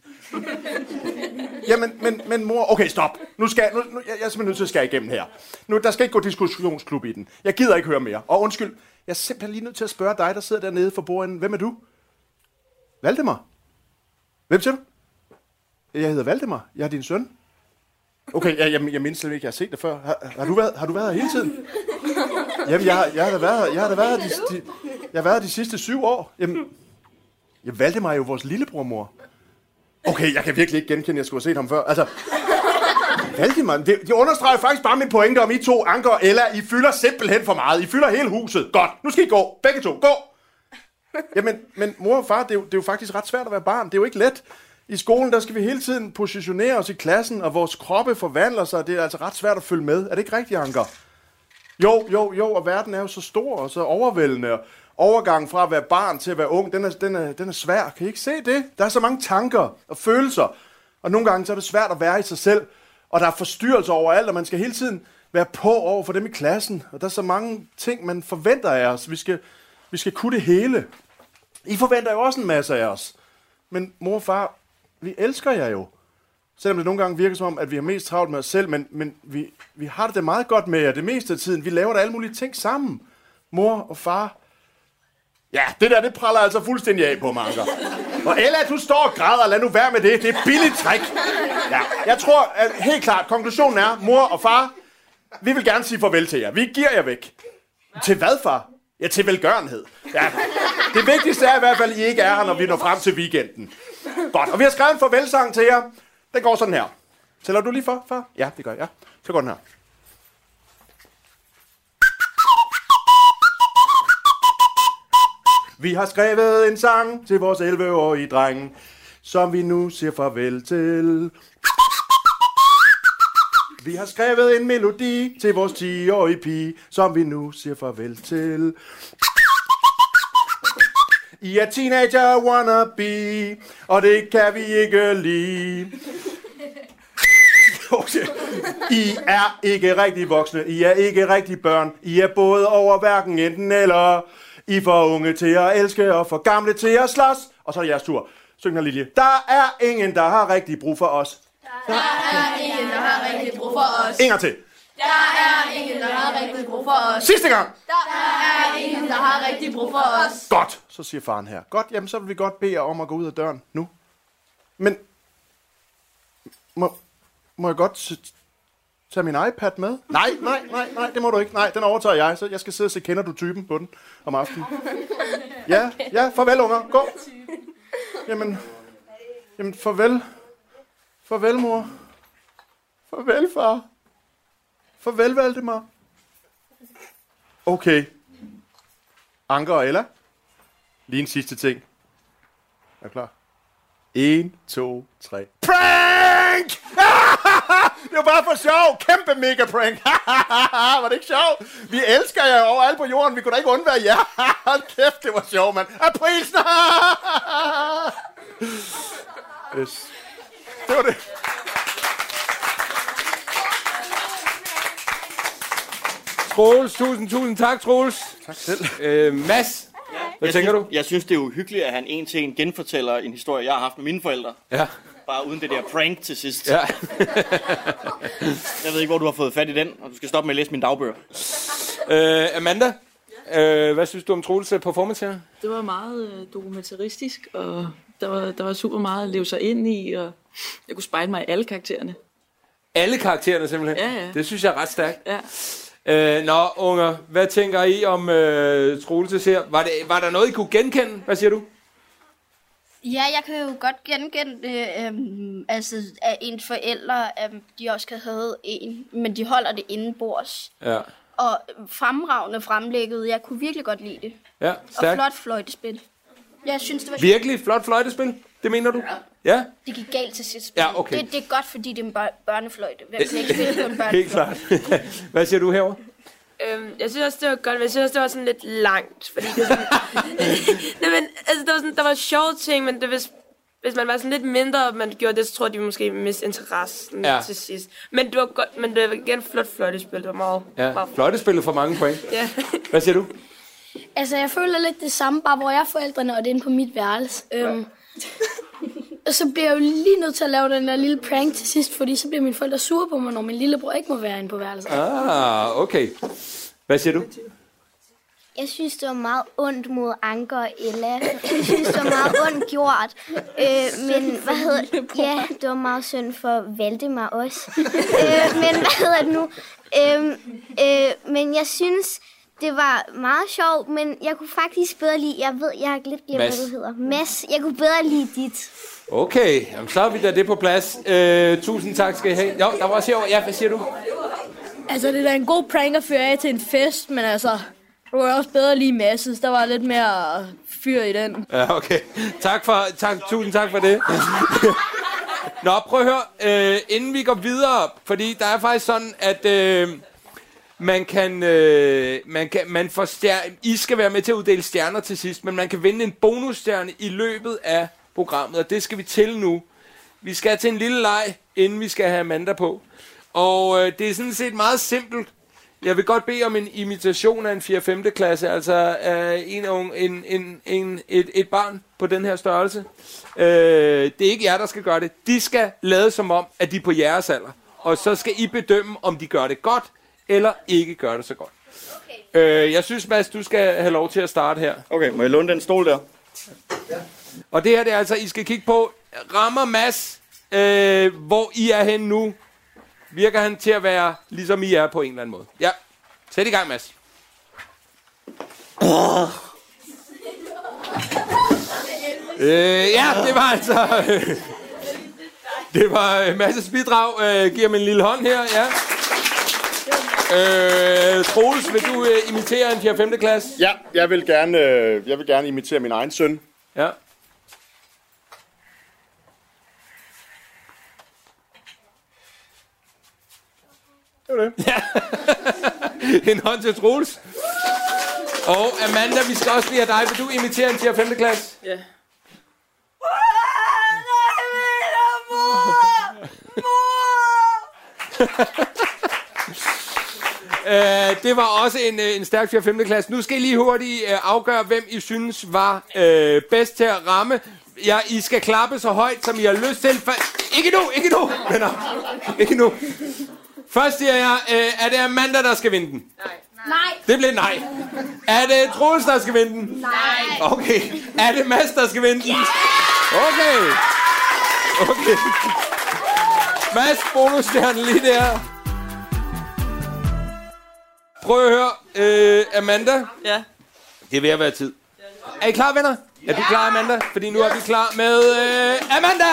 Jamen, men, men mor... Okay, stop. Nu skal nu, nu, jeg er simpelthen nødt til at skære igennem her. Nu, der skal ikke gå diskussionsklub i den. Jeg gider ikke høre mere. Og undskyld, jeg er simpelthen lige nødt til at spørge dig, der sidder dernede for bordenden. Hvem er du? Valdemar. Hvem siger du? Jeg hedder Valdemar. Jeg er din søn. Okay, jeg, jeg, jeg mindes slet ikke, jeg har set det før. Har, har, du, været, har du været her hele tiden? Jamen, jeg, jeg har da været, jeg har da været de, de, jeg har været de sidste syv år. Jamen, jeg valgte mig jo vores lillebror, mor. Okay, jeg kan virkelig ikke genkende, at jeg skulle have set ham før. Altså, valgte mig. Det, de understreger faktisk bare min pointe om I to, Anker og Ella. I fylder simpelthen for meget. I fylder hele huset. Godt, nu skal I gå. Begge to, gå. Jamen, men mor og far, det er, jo, det er jo faktisk ret svært at være barn. Det er jo ikke let. I skolen, der skal vi hele tiden positionere os i klassen, og vores kroppe forvandler sig. Det er altså ret svært at følge med. Er det ikke rigtigt, Anker? Jo, jo, jo, og verden er jo så stor og så overvældende. Overgangen fra at være barn til at være ung, den er, den er, den er svær. Kan I ikke se det? Der er så mange tanker og følelser. Og nogle gange så er det svært at være i sig selv. Og der er forstyrrelser overalt, og man skal hele tiden være på over for dem i klassen. Og der er så mange ting, man forventer af os. Vi skal, vi skal kunne det hele. I forventer jo også en masse af os. Men mor og far, vi elsker jer jo. Selvom det nogle gange virker som om, at vi har mest travlt med os selv, men, men vi, vi har det meget godt med jer det meste af tiden. Vi laver da alle mulige ting sammen. Mor og far. Ja, det der, det praller altså fuldstændig af på, Manker. Og Ella, du står og græder, lad nu være med det. Det er billigt træk. Ja, jeg tror at helt klart, konklusionen er, mor og far, Vi vil gerne sige farvel til jer. Vi giver jer væk. Til hvad, far? Ja, til velgørenhed. Ja. Det vigtigste er i hvert fald, at I ikke er her, når vi når frem til weekenden. Godt, og vi har skrevet en farvelsang til jer. Den går sådan her. Tæller du lige for, far? Ja, det gør jeg. Så går den her. Vi har skrevet en sang til vores elleve-årige dreng, som vi nu siger farvel til. Vi har skrevet en melodi til vores ti-årige pige, som vi nu siger farvel til. I er teenager wannabe, og det kan vi ikke lide. I er ikke rigtig voksne, I er ikke rigtig børn. I er både over hverken enten eller. I er for unge til at elske og for gamle til at slås. Og så er det jeres tur. Syng her, Lilje. Der er ingen, der har rigtig brug for os. Der er ingen, der har rigtig brug for os. Inger til. Der er ingen, der har rigtig brug for os. Sidste gang. Der er ingen, der har rigtig brug for os. Godt, så siger faren her. Godt, jamen så vil vi godt bede jer om at gå ud af døren nu. Men må, må jeg godt s- tage min iPad med? Nej, nej, nej, nej, det må du ikke. Nej, den overtager jeg, så jeg skal sidde og se, kender du typen på den om aftenen? Ja, ja, farvel unger, gå. Jamen, jamen farvel. Farvel mor. Farvel far. Farvel Valdemar. Okay. Anker og Ella. Lige en sidste ting. Er du klar? En, to, tre. Prank! Det var bare for sjov. Kæmpe mega prank. Var det ikke sjovt? Vi elsker jer overalt på jorden. Vi kunne da ikke undvære jer. Hold kæft, det var sjovt, mand. Aprilsen! Yes. Det var det. Troels, tusind, tusind tak, Troels. Tak selv. Øh, Mads, hvad jeg tænker synes, du? Jeg synes, det er uhyggeligt, at han en til en genfortæller en historie, jeg har haft med mine forældre. Ja. Bare uden det der prank til sidst. Ja. Jeg ved ikke, hvor du har fået fat i den, og du skal stoppe med at læse mine dagbøger. øh, Amanda, øh, hvad synes du om Troels' performance her? Det var meget øh, dokumentaristisk, og der var, der var super meget at leve sig ind i, og jeg kunne spejle mig i alle karaktererne. Alle karaktererne simpelthen? Ja, ja. Det synes jeg er ret stærkt. Ja. Øh, nå, unger, hvad tænker I om øh, Troels' her? Var, det, var der noget, I kunne genkende? Hvad siger du? Ja, jeg kan jo godt genkende det, øhm, altså, at ens forældre, øhm, de også kan have en, men de holder det indenbords. Ja. Og fremragende fremlægget, jeg kunne virkelig godt lide det. Ja, Og stærkt. flot fløjtespil. Jeg synes, det var Virkelig flot fløjtespil? Det mener du? Ja. Ja? Det gik galt til sidst. Ja, okay. Det, det er godt, fordi det er en bør- børnefløjte. Hvem kan ikke spille på en børnefløjte? Helt klart. Hvad siger du herovre? Øhm, jeg synes også, det var godt, men jeg synes også, det var sådan lidt langt, fordi det sådan... Nej, men, altså, der var, sådan, der var sjove ting, men det, hvis, hvis man var sådan lidt mindre, og man gjorde det, så tror jeg, de ville måske miste interessen Ja. til sidst. Men det var godt, men det var igen flot fløjtespil, det var meget... Ja, meget fløjtespillet for mange point. Ja. Hvad siger du? Altså, jeg føler lidt det samme, bare hvor jeg er forældrene, og det er inde på mit værelse. Øhm, og så bliver jeg jo lige nødt til at lave den der lille prank til sidst, fordi så bliver mine forældre sure på mig, når min lillebror ikke må være inde på værelset. Ah, okay. Hvad siger du? Jeg synes, det var meget ondt mod Anker og Ella. Jeg synes, det var meget ondt gjort. Øh, men hvad hedder det? Ja, det var meget synd for Valdemar også. øh, men hvad hedder det nu? Øh, øh, men jeg synes, det var meget sjovt, men jeg kunne faktisk bedre lide... Jeg ved, jeg har lidt glemt, Mads. hvad du hedder. Mads. Jeg kunne bedre lide dit. Okay, jamen, så har vi da det på plads. Øh, tusind tak skal I have. Jo, der var også herovre. Ja, hvad siger du? Altså, det er da en god prank at føre af til en fest, men altså, det var også bedre lige masses. Der var lidt mere fyr i den. Ja, okay. Tak for, tak, tusind tak for det. Nå, prøv at høre, øh, inden vi går videre, fordi der er faktisk sådan, at øh, man kan, øh, man kan, man får stjer- I skal være med til at uddele stjerner til sidst, men man kan vinde en bonusstjerne i løbet af programmet, og det skal vi til nu. Vi skal til en lille leg, inden vi skal have Amanda på. Og øh, det er sådan set meget simpelt. Jeg vil godt bede om en imitation af en fjerde femte klasse, altså af en, en, en, en, et, et barn på den her størrelse. Øh, det er ikke jer, der skal gøre det. De skal lade som om, at de er på jeres alder. Og så skal I bedømme, om de gør det godt, eller ikke gør det så godt. Okay. Øh, jeg synes, Mads, du skal have lov til at starte her. Okay, må jeg låne den stol der? Ja. Og det her, det er altså, I skal kigge på, rammer Mads, øh, hvor I er henne nu, virker han til at være, ligesom I er på en eller anden måde. Ja, sæt i gang, Mads. Oh. øh, ja, det var altså... Øh, det var øh, Mads' bidrag. Øh, giver mig en lille hånd her, ja. Øh, Troels, vil du øh, imitere en fjerde femte klasse? Ja, jeg vil gerne, øh, jeg vil gerne imitere min egen søn. Ja. Det var det. Ja. En hånd til Troels. Og Amanda, vi skal også lige have dig. Vil du imitere en fjerde femte klasse? Ja. Uh, det var også en, uh, en stærk fjerde femte klasse. Nu skal I lige hurtigt uh, afgøre, hvem I synes var uh, bedst til at ramme. Ja, I skal klappe så højt, som I har lyst til. For... Ikke nu, ikke nu, venner. Ikke nu. Først siger jeg, uh, er det Amanda, der skal vinde den? Nej. Nej. Det blev nej. Er det Troels, der skal vinde den? Nej. Okay. Er det Mads, der skal vinde den? Okay. Okay. Mads, bonusstjernen lige der. Prøv at høre, øh, Amanda. Ja. Det er ved at være tid. Er I klar, venner? Er du klar, Amanda? Fordi nu er vi klar med øh, Amanda!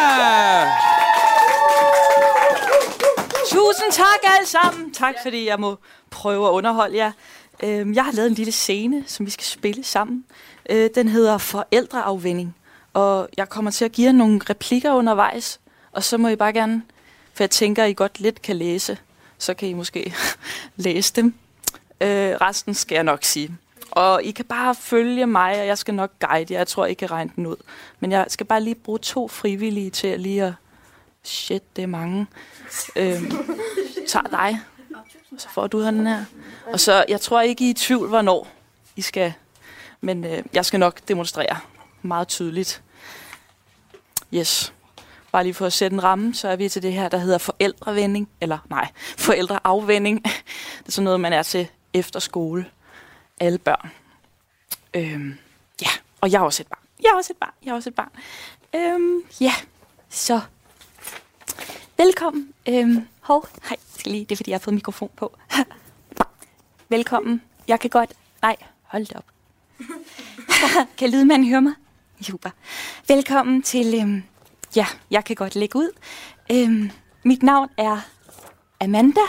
Tusind tak alle sammen. Tak, fordi jeg må prøve at underholde jer. Jeg har lavet en lille scene, som vi skal spille sammen. Den hedder Forældreafvinding. Og jeg kommer til at give jer nogle replikker undervejs. Og så må I bare gerne, for jeg tænker, at I godt lidt kan læse. Så kan I måske læse dem. Øh, resten skal jeg nok sige. Og I kan bare følge mig, og jeg skal nok guide jer. Jeg tror, I kan regne den ud. Men jeg skal bare lige bruge to frivillige til at lige at... Shit, det er mange. Øh, tager dig. Så får du den her. Og så, jeg tror ikke, I er i tvivl, hvornår I skal... Men øh, jeg skal nok demonstrere meget tydeligt. Yes. Bare lige for at sætte en ramme, så er vi til det her, der hedder forældrevending. Eller nej, forældreafvending. Det er sådan noget, man er til efter skole. Alle børn. Øhm, ja, og jeg er også et barn. Jeg er også et barn. Jeg er også et barn. Øhm, ja, så... Velkommen. Øhm, hov, hej. Skal lige, det er, fordi jeg har fået mikrofon på. Velkommen. Jeg kan godt... Nej, hold det op. Kan lydmanden høre mig? Super. Velkommen til... Øhm, ja, jeg kan godt lægge ud. Øhm, mit navn er Amanda.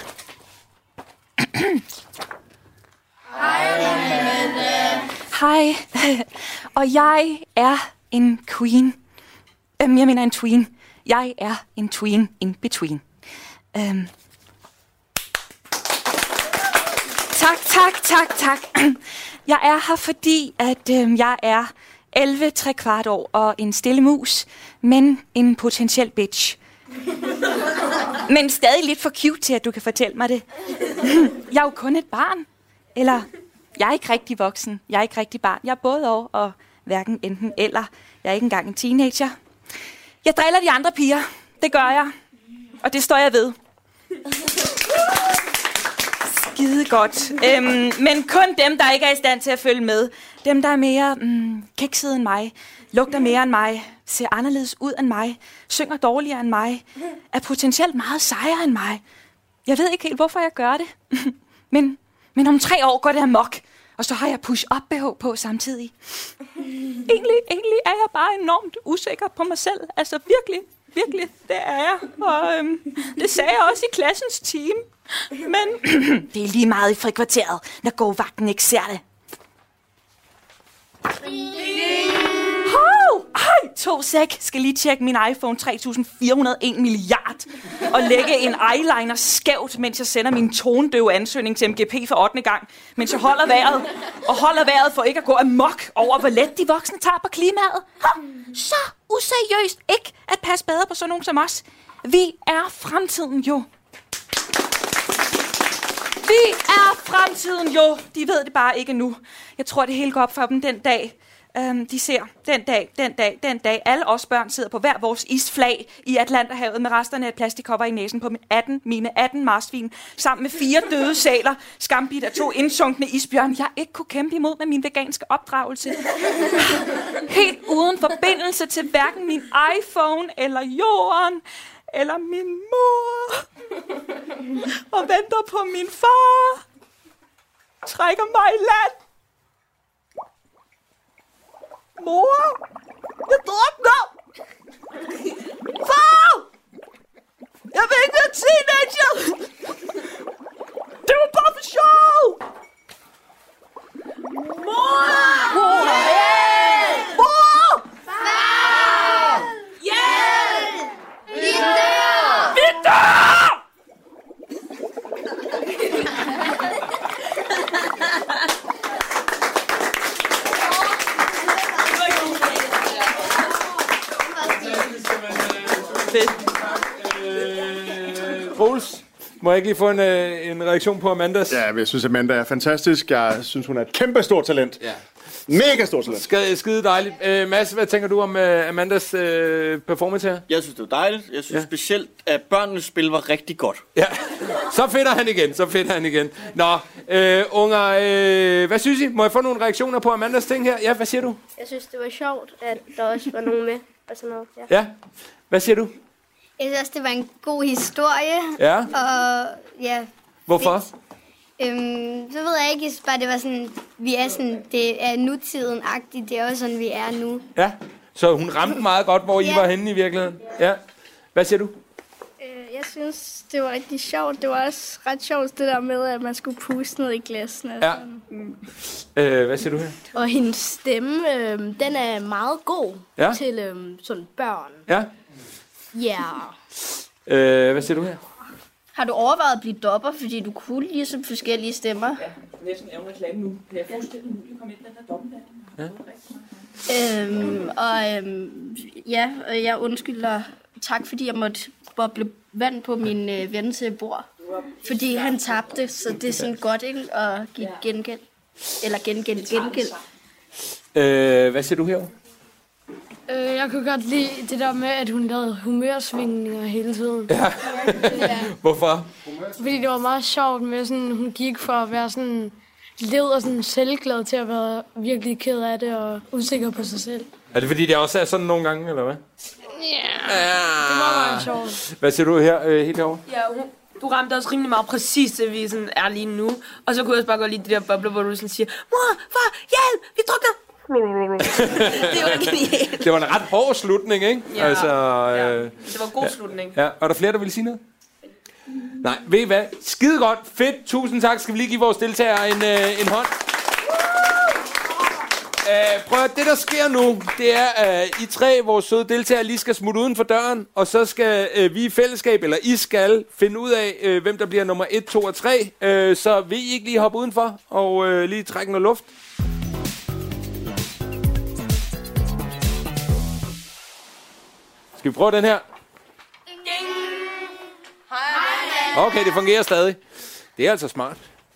Hej, Amanda. Hej. Og jeg er en queen. Øhm, jeg mener en tween. Jeg er en tween in between. Øhm. Tak, tak, tak, tak. Jeg er her, fordi at øhm, jeg er elleve tre kvart år og en stille mus, men en potentiel bitch. Men stadig lidt for cute til, at du kan fortælle mig det. Jeg er jo kun et barn. Eller, jeg er ikke rigtig voksen. Jeg er ikke rigtig barn. Jeg er både og, og hverken enten eller. Jeg er ikke engang en teenager. Jeg driller de andre piger. Det gør jeg. Og det står jeg ved. Skide godt. Øhm, men kun dem, der ikke er i stand til at følge med. Dem, der er mere mm, kiksede end mig. Lugter mere end mig. Ser anderledes ud end mig. Synger dårligere end mig. Er potentielt meget sejere end mig. Jeg ved ikke helt, hvorfor jeg gør det. men, men om tre år går det amok. Og så har jeg push-up B H på samtidig. Egentlig, egentlig er jeg bare enormt usikker på mig selv. Altså virkelig, virkelig, det er jeg. Og øhm, det sagde jeg også i klassens team. Men det er lige meget i frikvarteret, når gåvagten ikke ser det. Hov! Ej, to sek. Skal lige tjekke min iPhone tre tusind fire hundrede og en milliard. Og lægge en eyeliner skævt, mens jeg sender min tonedøve ansøgning til M G P for ottende gang. Mens jeg holder vejret. Og holder vejret for ikke at gå amok over, hvor let de voksne tager på klimaet. Så useriøst ikke at passe bedre på sådan nogen som os. Vi er fremtiden jo. Vi er fremtiden jo. De ved det bare ikke nu. Jeg tror, det hele går op for dem den dag. Um, de ser den dag, den dag, den dag. Alle os børn sidder på hver vores isflag i Atlanterhavet med resterne af plastikkopper i næsen på atten, mine atten marsvin, sammen med fire døde sæler, skambit af to indsunkne isbjørn, jeg ikke kunne kæmpe imod med min veganske opdragelse. Helt uden forbindelse til hverken min iPhone eller jorden eller min mor. og venter på min far. Trækker mig i land. Mor, jeg drukner. Far! Jeg vil ikke være teenager. Det var bare for sjov. Mor! Mor! Hjælp! Mor! Far! Hjælp! Vi dør! Vi dør! Troels, må jeg ikke lige få en, øh, en reaktion på Amandas? Ja, jeg synes, Amanda er fantastisk. Jeg synes, hun er et kæmpe stort talent. Ja. Mega stort talent. Skide, skide dejligt. Øh, Mads, hvad tænker du om øh, Amandas øh, performance her? Jeg synes, det var dejligt. Jeg synes ja. specielt, at børnenes spil var rigtig godt. Ja, så fedter han igen, så fedter han igen. Nå, øh, unger, øh, hvad synes I? Må jeg få nogle reaktioner på Amandas ting her? Ja, hvad siger du? Jeg synes, det var sjovt, at der også var nogen med og sådan noget. Ja. Ja, hvad siger du? Jeg synes også, det var en god historie. Ja. Og ja. Hvorfor? Fedt. Øhm, så ved jeg ikke, jeg synes bare, det var sådan, vi er sådan, det er nutiden-agtigt, det er også sådan, vi er nu. Ja, så hun ramte meget godt, hvor I Ja. var henne i virkeligheden. Ja, hvad siger du? Øh, jeg synes, det var rigtig sjovt. Det var også ret sjovt, det der med, at man skulle puste ned i glasene. Ja. Øh, hvad siger du her? Og hendes stemme, øh, den er meget god Ja. til øh, sådan børn. Ja, Ja. øh, hvad siger du her? Har du overvejet at blive dopper, fordi du kunne ligesom forskellige stemmer? Ja, næsten er en reklame nu. Det er fuldstændig muligt at komme ind den her domme der. Ja. Øhm, og øhm, ja, og jeg undskylder. Tak, fordi jeg måtte boble vand på min øh, ven til bord. Fordi han tabte, så det er sådan godt, ikke? At give gengæld. Eller gengæld, gengæld. Øh, hvad siger du her? Øh, jeg kunne godt lide det der med, at hun lavede humørsvingninger hele tiden. Ja. Hvorfor? Fordi det var meget sjovt med sådan, hun gik fra at være sådan led og sådan selvglad til at være virkelig ked af det og usikker på sig selv. Er det fordi, det også er sådan nogle gange, eller hvad? Ja, det var meget sjovt. Hvad siger du her, øh, helt herovre? Ja, hun, du ramte også rimelig meget præcis, det vi sådan er lige nu. Og så kunne jeg også bare godt lide de der bobler, hvor du sådan siger, mor, far, hjælp, vi drukner. Det var genialt. Det var en ret hård slutning, ikke? Ja, altså, ja. øh, Det var en god ja. slutning. Ja, og der flere, der vil sige noget? Nej, ved I hvad? Skide godt, fedt, tusind tak. Skal vi lige give vores deltagere en, øh, en hånd? Uh, prøv at det der sker nu, det er at uh, I tre, vores søde deltagere, lige skal smutte uden for døren, og så skal uh, vi i fællesskab, eller I skal finde ud af, uh, hvem der bliver nummer et, to og tre. Uh, så vil I ikke lige hoppe udenfor og uh, lige trække noget luft? Skal vi prøve den her? Okay, det fungerer stadig. Det er altså smart.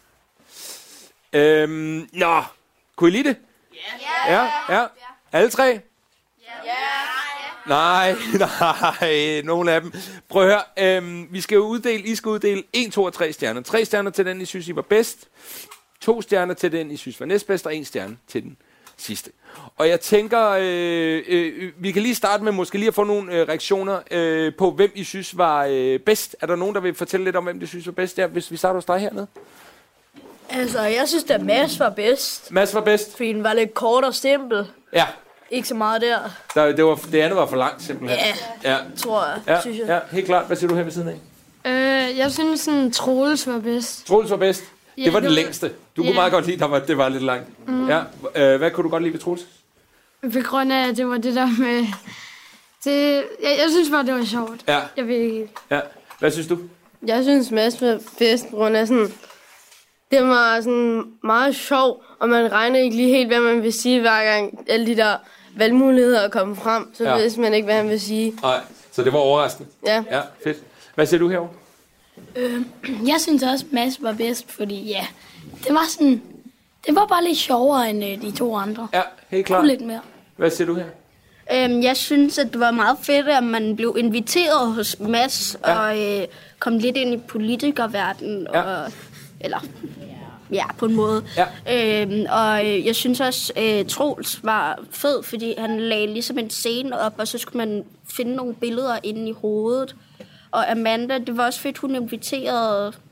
Øhm, nå, kunne I lide det? Ja, ja. Alle tre? Ja. Nej, nej, nogle af dem. Prøv at høre, øhm, vi skal jo uddele, I skal uddele en, to og tre stjerner. Tre stjerner til den, I synes, I var bedst. To stjerner til den, I synes var næstbedst, og en stjerne til den sidste. Og jeg tænker, øh, øh, vi kan lige starte med måske lige at få nogle øh, reaktioner øh, på, hvem I synes var øh, bedst. Er der nogen, der vil fortælle lidt om, hvem de synes var bedst der, hvis vi starter hos dig hernede? Altså, jeg synes, at Mads var bedst. Mads var bedst? Fordi den var lidt kort og simpel. Ja. Ikke så meget der. Der, det, var, det andet var for langt, simpelthen. Ja, ja. tror jeg, ja, synes jeg. Ja, helt klart. Hvad siger du her ved siden af? Øh, jeg synes, sådan, Troels var bedst. Troels var bedst? Ja, det var den det var- længste. Du Ja. kunne meget godt lide, der var, det var lidt langt. Mm. Ja. Øh, hvad kunne du godt lide ved Troels? På grund af, at det var det der med... Det, jeg, jeg synes bare, det var sjovt. Ja. Jeg ved ikke helt. Ja. Hvad synes du? Jeg synes, Mads var bedst, på grund af sådan... Det var sådan meget sjov, og man regner ikke lige helt, hvad man vil sige, hver gang alle de der valgmuligheder kommer frem. Så Ja. ja. vidste man ikke, hvad han vil sige. Nej, så det var overraskende. Ja. Ja, fedt. Hvad siger du herovre? Øh, jeg synes også, Mads var bedst, fordi ja, det var sådan, det var bare lidt sjovere end øh, de to andre. Ja, helt klart. Kunne lidt mere. Hvad siger du her? Øhm, jeg synes, at det var meget fedt, at man blev inviteret hos Mads ja. og øh, kom lidt ind i politikerverdenen. Ja. Og, eller, ja, på en måde. Ja. Øhm, og øh, jeg synes også, at Troels var fed, fordi han lagde ligesom en scene op, og så skulle man finde nogle billeder inde i hovedet. Og Amanda, det var også fedt, hun inviterede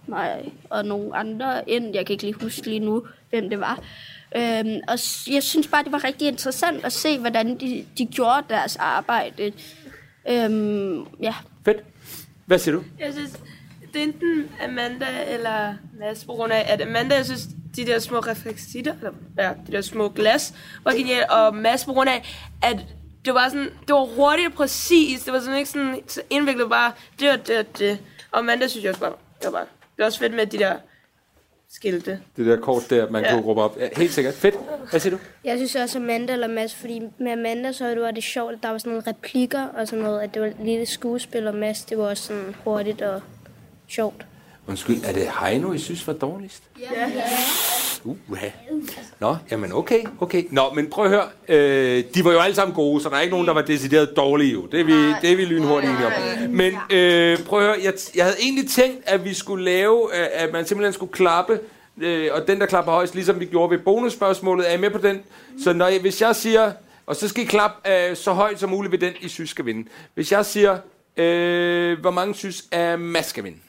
mig og nogle andre ind. Jeg kan ikke lige huske lige nu, hvem det var. Øhm, og jeg synes bare, det var rigtig interessant at se, hvordan de, de gjorde deres arbejde. Øhm, ja. Fedt. Hvad siger du? Jeg synes, det er enten Amanda eller Mads, på grund af, at Amanda, jeg synes, de der små refleksitter, eller ja, de der små glas, var genialt, og Mads, på grund af, at det var sådan, det var hurtigt og præcis, det var sådan ikke sådan så indviklet, bare det og det og det. Og Amanda synes jeg også bare, det var bare, det var også fedt med de der skilte. Det der kort der, man ja. kunne råbe op. Ja, helt sikkert. Fedt. Hvad siger du? Jeg synes også Amanda eller Mads, fordi med Amanda så var det sjovt, at der var sådan nogle replikker og sådan noget, at det var et lille skuespil, og Mads, det var også sådan hurtigt og sjovt. Undskyld, er det Heino, I synes var dårligst? Ja. Uh, Nå, jamen okay, okay. Nå, men prøv at høre. Øh, de var jo alle sammen gode, så der er ikke nogen, der var decideret dårlige jo. Det er vi, det er vi lynhurtigt enige om. Men øh, prøv at høre, jeg, jeg havde egentlig tænkt, at vi skulle lave, øh, at man simpelthen skulle klappe, øh, og den, der klapper højst, ligesom vi gjorde ved bonusspørgsmålet, er I med på den? Så når jeg, hvis jeg siger, og så skal I klappe øh, så højt som muligt ved den, I synes skal vinde. Hvis jeg siger, øh, hvor mange synes, at Mads skal vinde?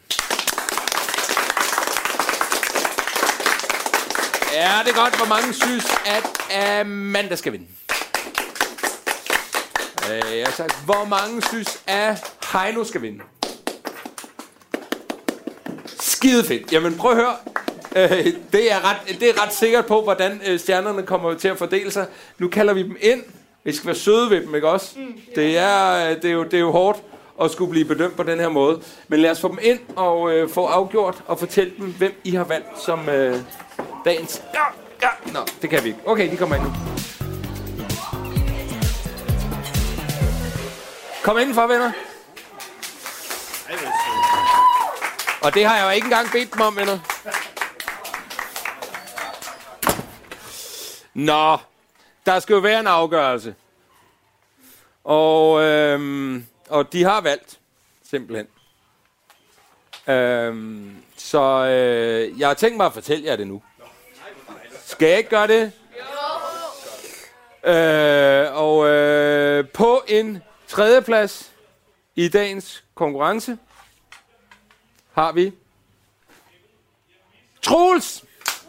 Ja, det er godt. Hvor mange synes, at Amanda skal vinde? Øh, jeg har sagt, hvor mange synes, at Heino skal vinde? Skide fedt. Jamen, prøv at høre. Øh, det, er ret, det er ret sikkert på, hvordan øh, stjernerne kommer til at fordele sig. Nu kalder vi dem ind. Vi skal være søde ved dem, ikke også? Mm. Det, er, det, er jo, det er jo hårdt at skulle blive bedømt på den her måde. Men lad os få dem ind og øh, få afgjort og fortælle dem, hvem I har valgt som øh, dagens... Ja, ja. Nå, det kan vi ikke. Okay, de kommer ind nu. Kom indenfor, venner. Og det har jeg jo ikke engang bedt dem om, venner. Nå, der skal jo være en afgørelse. Og, øhm, og de har valgt, simpelthen. Øhm, så øh, jeg har tænkt mig at fortælle jer det nu. Skal jeg ikke gøre det? Øh, og øh, på en tredjeplads i dagens konkurrence har vi Troels.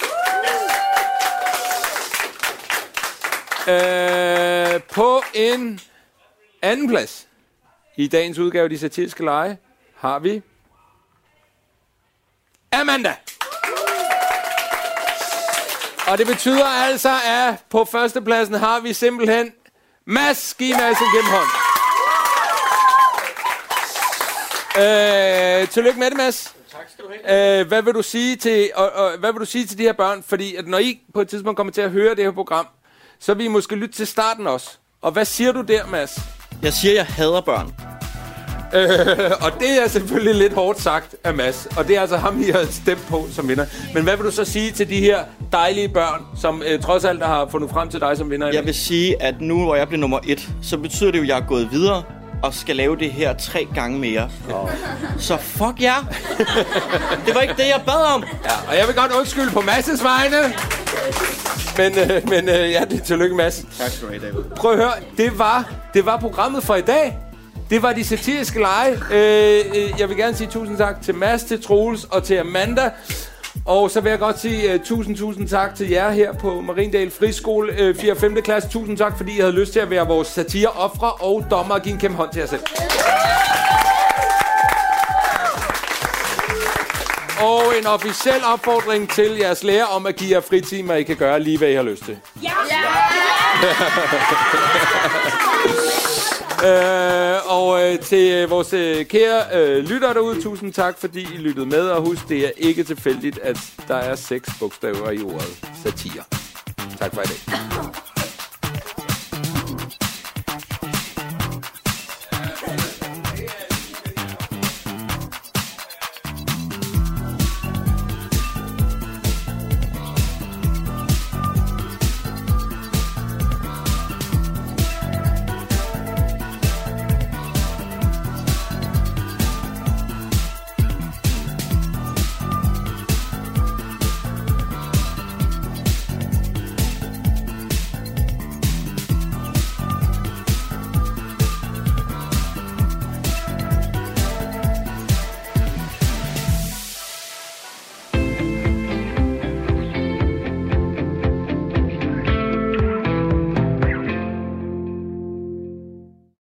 Øh, på en anden plads i dagens udgave af De Satiriske Lege har vi Amanda. Og det betyder altså, at på førstepladsen har vi simpelthen Mads. Giv Mads en gennem hånd. Øh, tillykke med det, Mads. Tak skal du have. Øh, hvad vil du sige til, og, og, hvad vil du sige til de her børn? Fordi at når I på et tidspunkt kommer til at høre det her program, så vil I måske lytte til starten også. Og hvad siger du der, Mads? Jeg siger, jeg hader børn. Øh, og det er selvfølgelig lidt hårdt sagt af Mads. Og det er altså ham, I har stemt på som vinder. Men hvad vil du så sige til de her dejlige børn, som øh, trods alt har fundet frem til dig som vinder? Jeg vil sige, at nu hvor jeg bliver nummer et, så betyder det jo, at jeg er gået videre og skal lave det her tre gange mere. Oh. Så fuck jer. Yeah. Det var ikke det, jeg bad om. Ja, og jeg vil godt undskylde på Mads' vegne. Men, øh, men øh, ja, det er tillykke, Mads. Tak skal du have, David. Prøv at høre, det var, det var programmet for i dag. Det var De Satiriske Lege. Øh, jeg vil gerne sige tusind tak til Mads, til Troels og til Amanda. Og så vil jeg godt sige uh, tusind, tusind tak til jer her på Mariendal Friskole uh, fjerde og femte klasse. Tusind tak, fordi I havde lyst til at være vores satireofre og dommer og give en kæmpe hånd til jer selv. Og en officiel opfordring til jeres lærer om at give jer fritimer, I kan gøre lige, hvad I har lyst til. Ja! øh, og øh, til vores øh, kære øh, lyttere derude, tusind tak, fordi I lyttede med. Og husk, det er ikke tilfældigt, at der er seks bogstaver i ordet satire. Tak for i dag.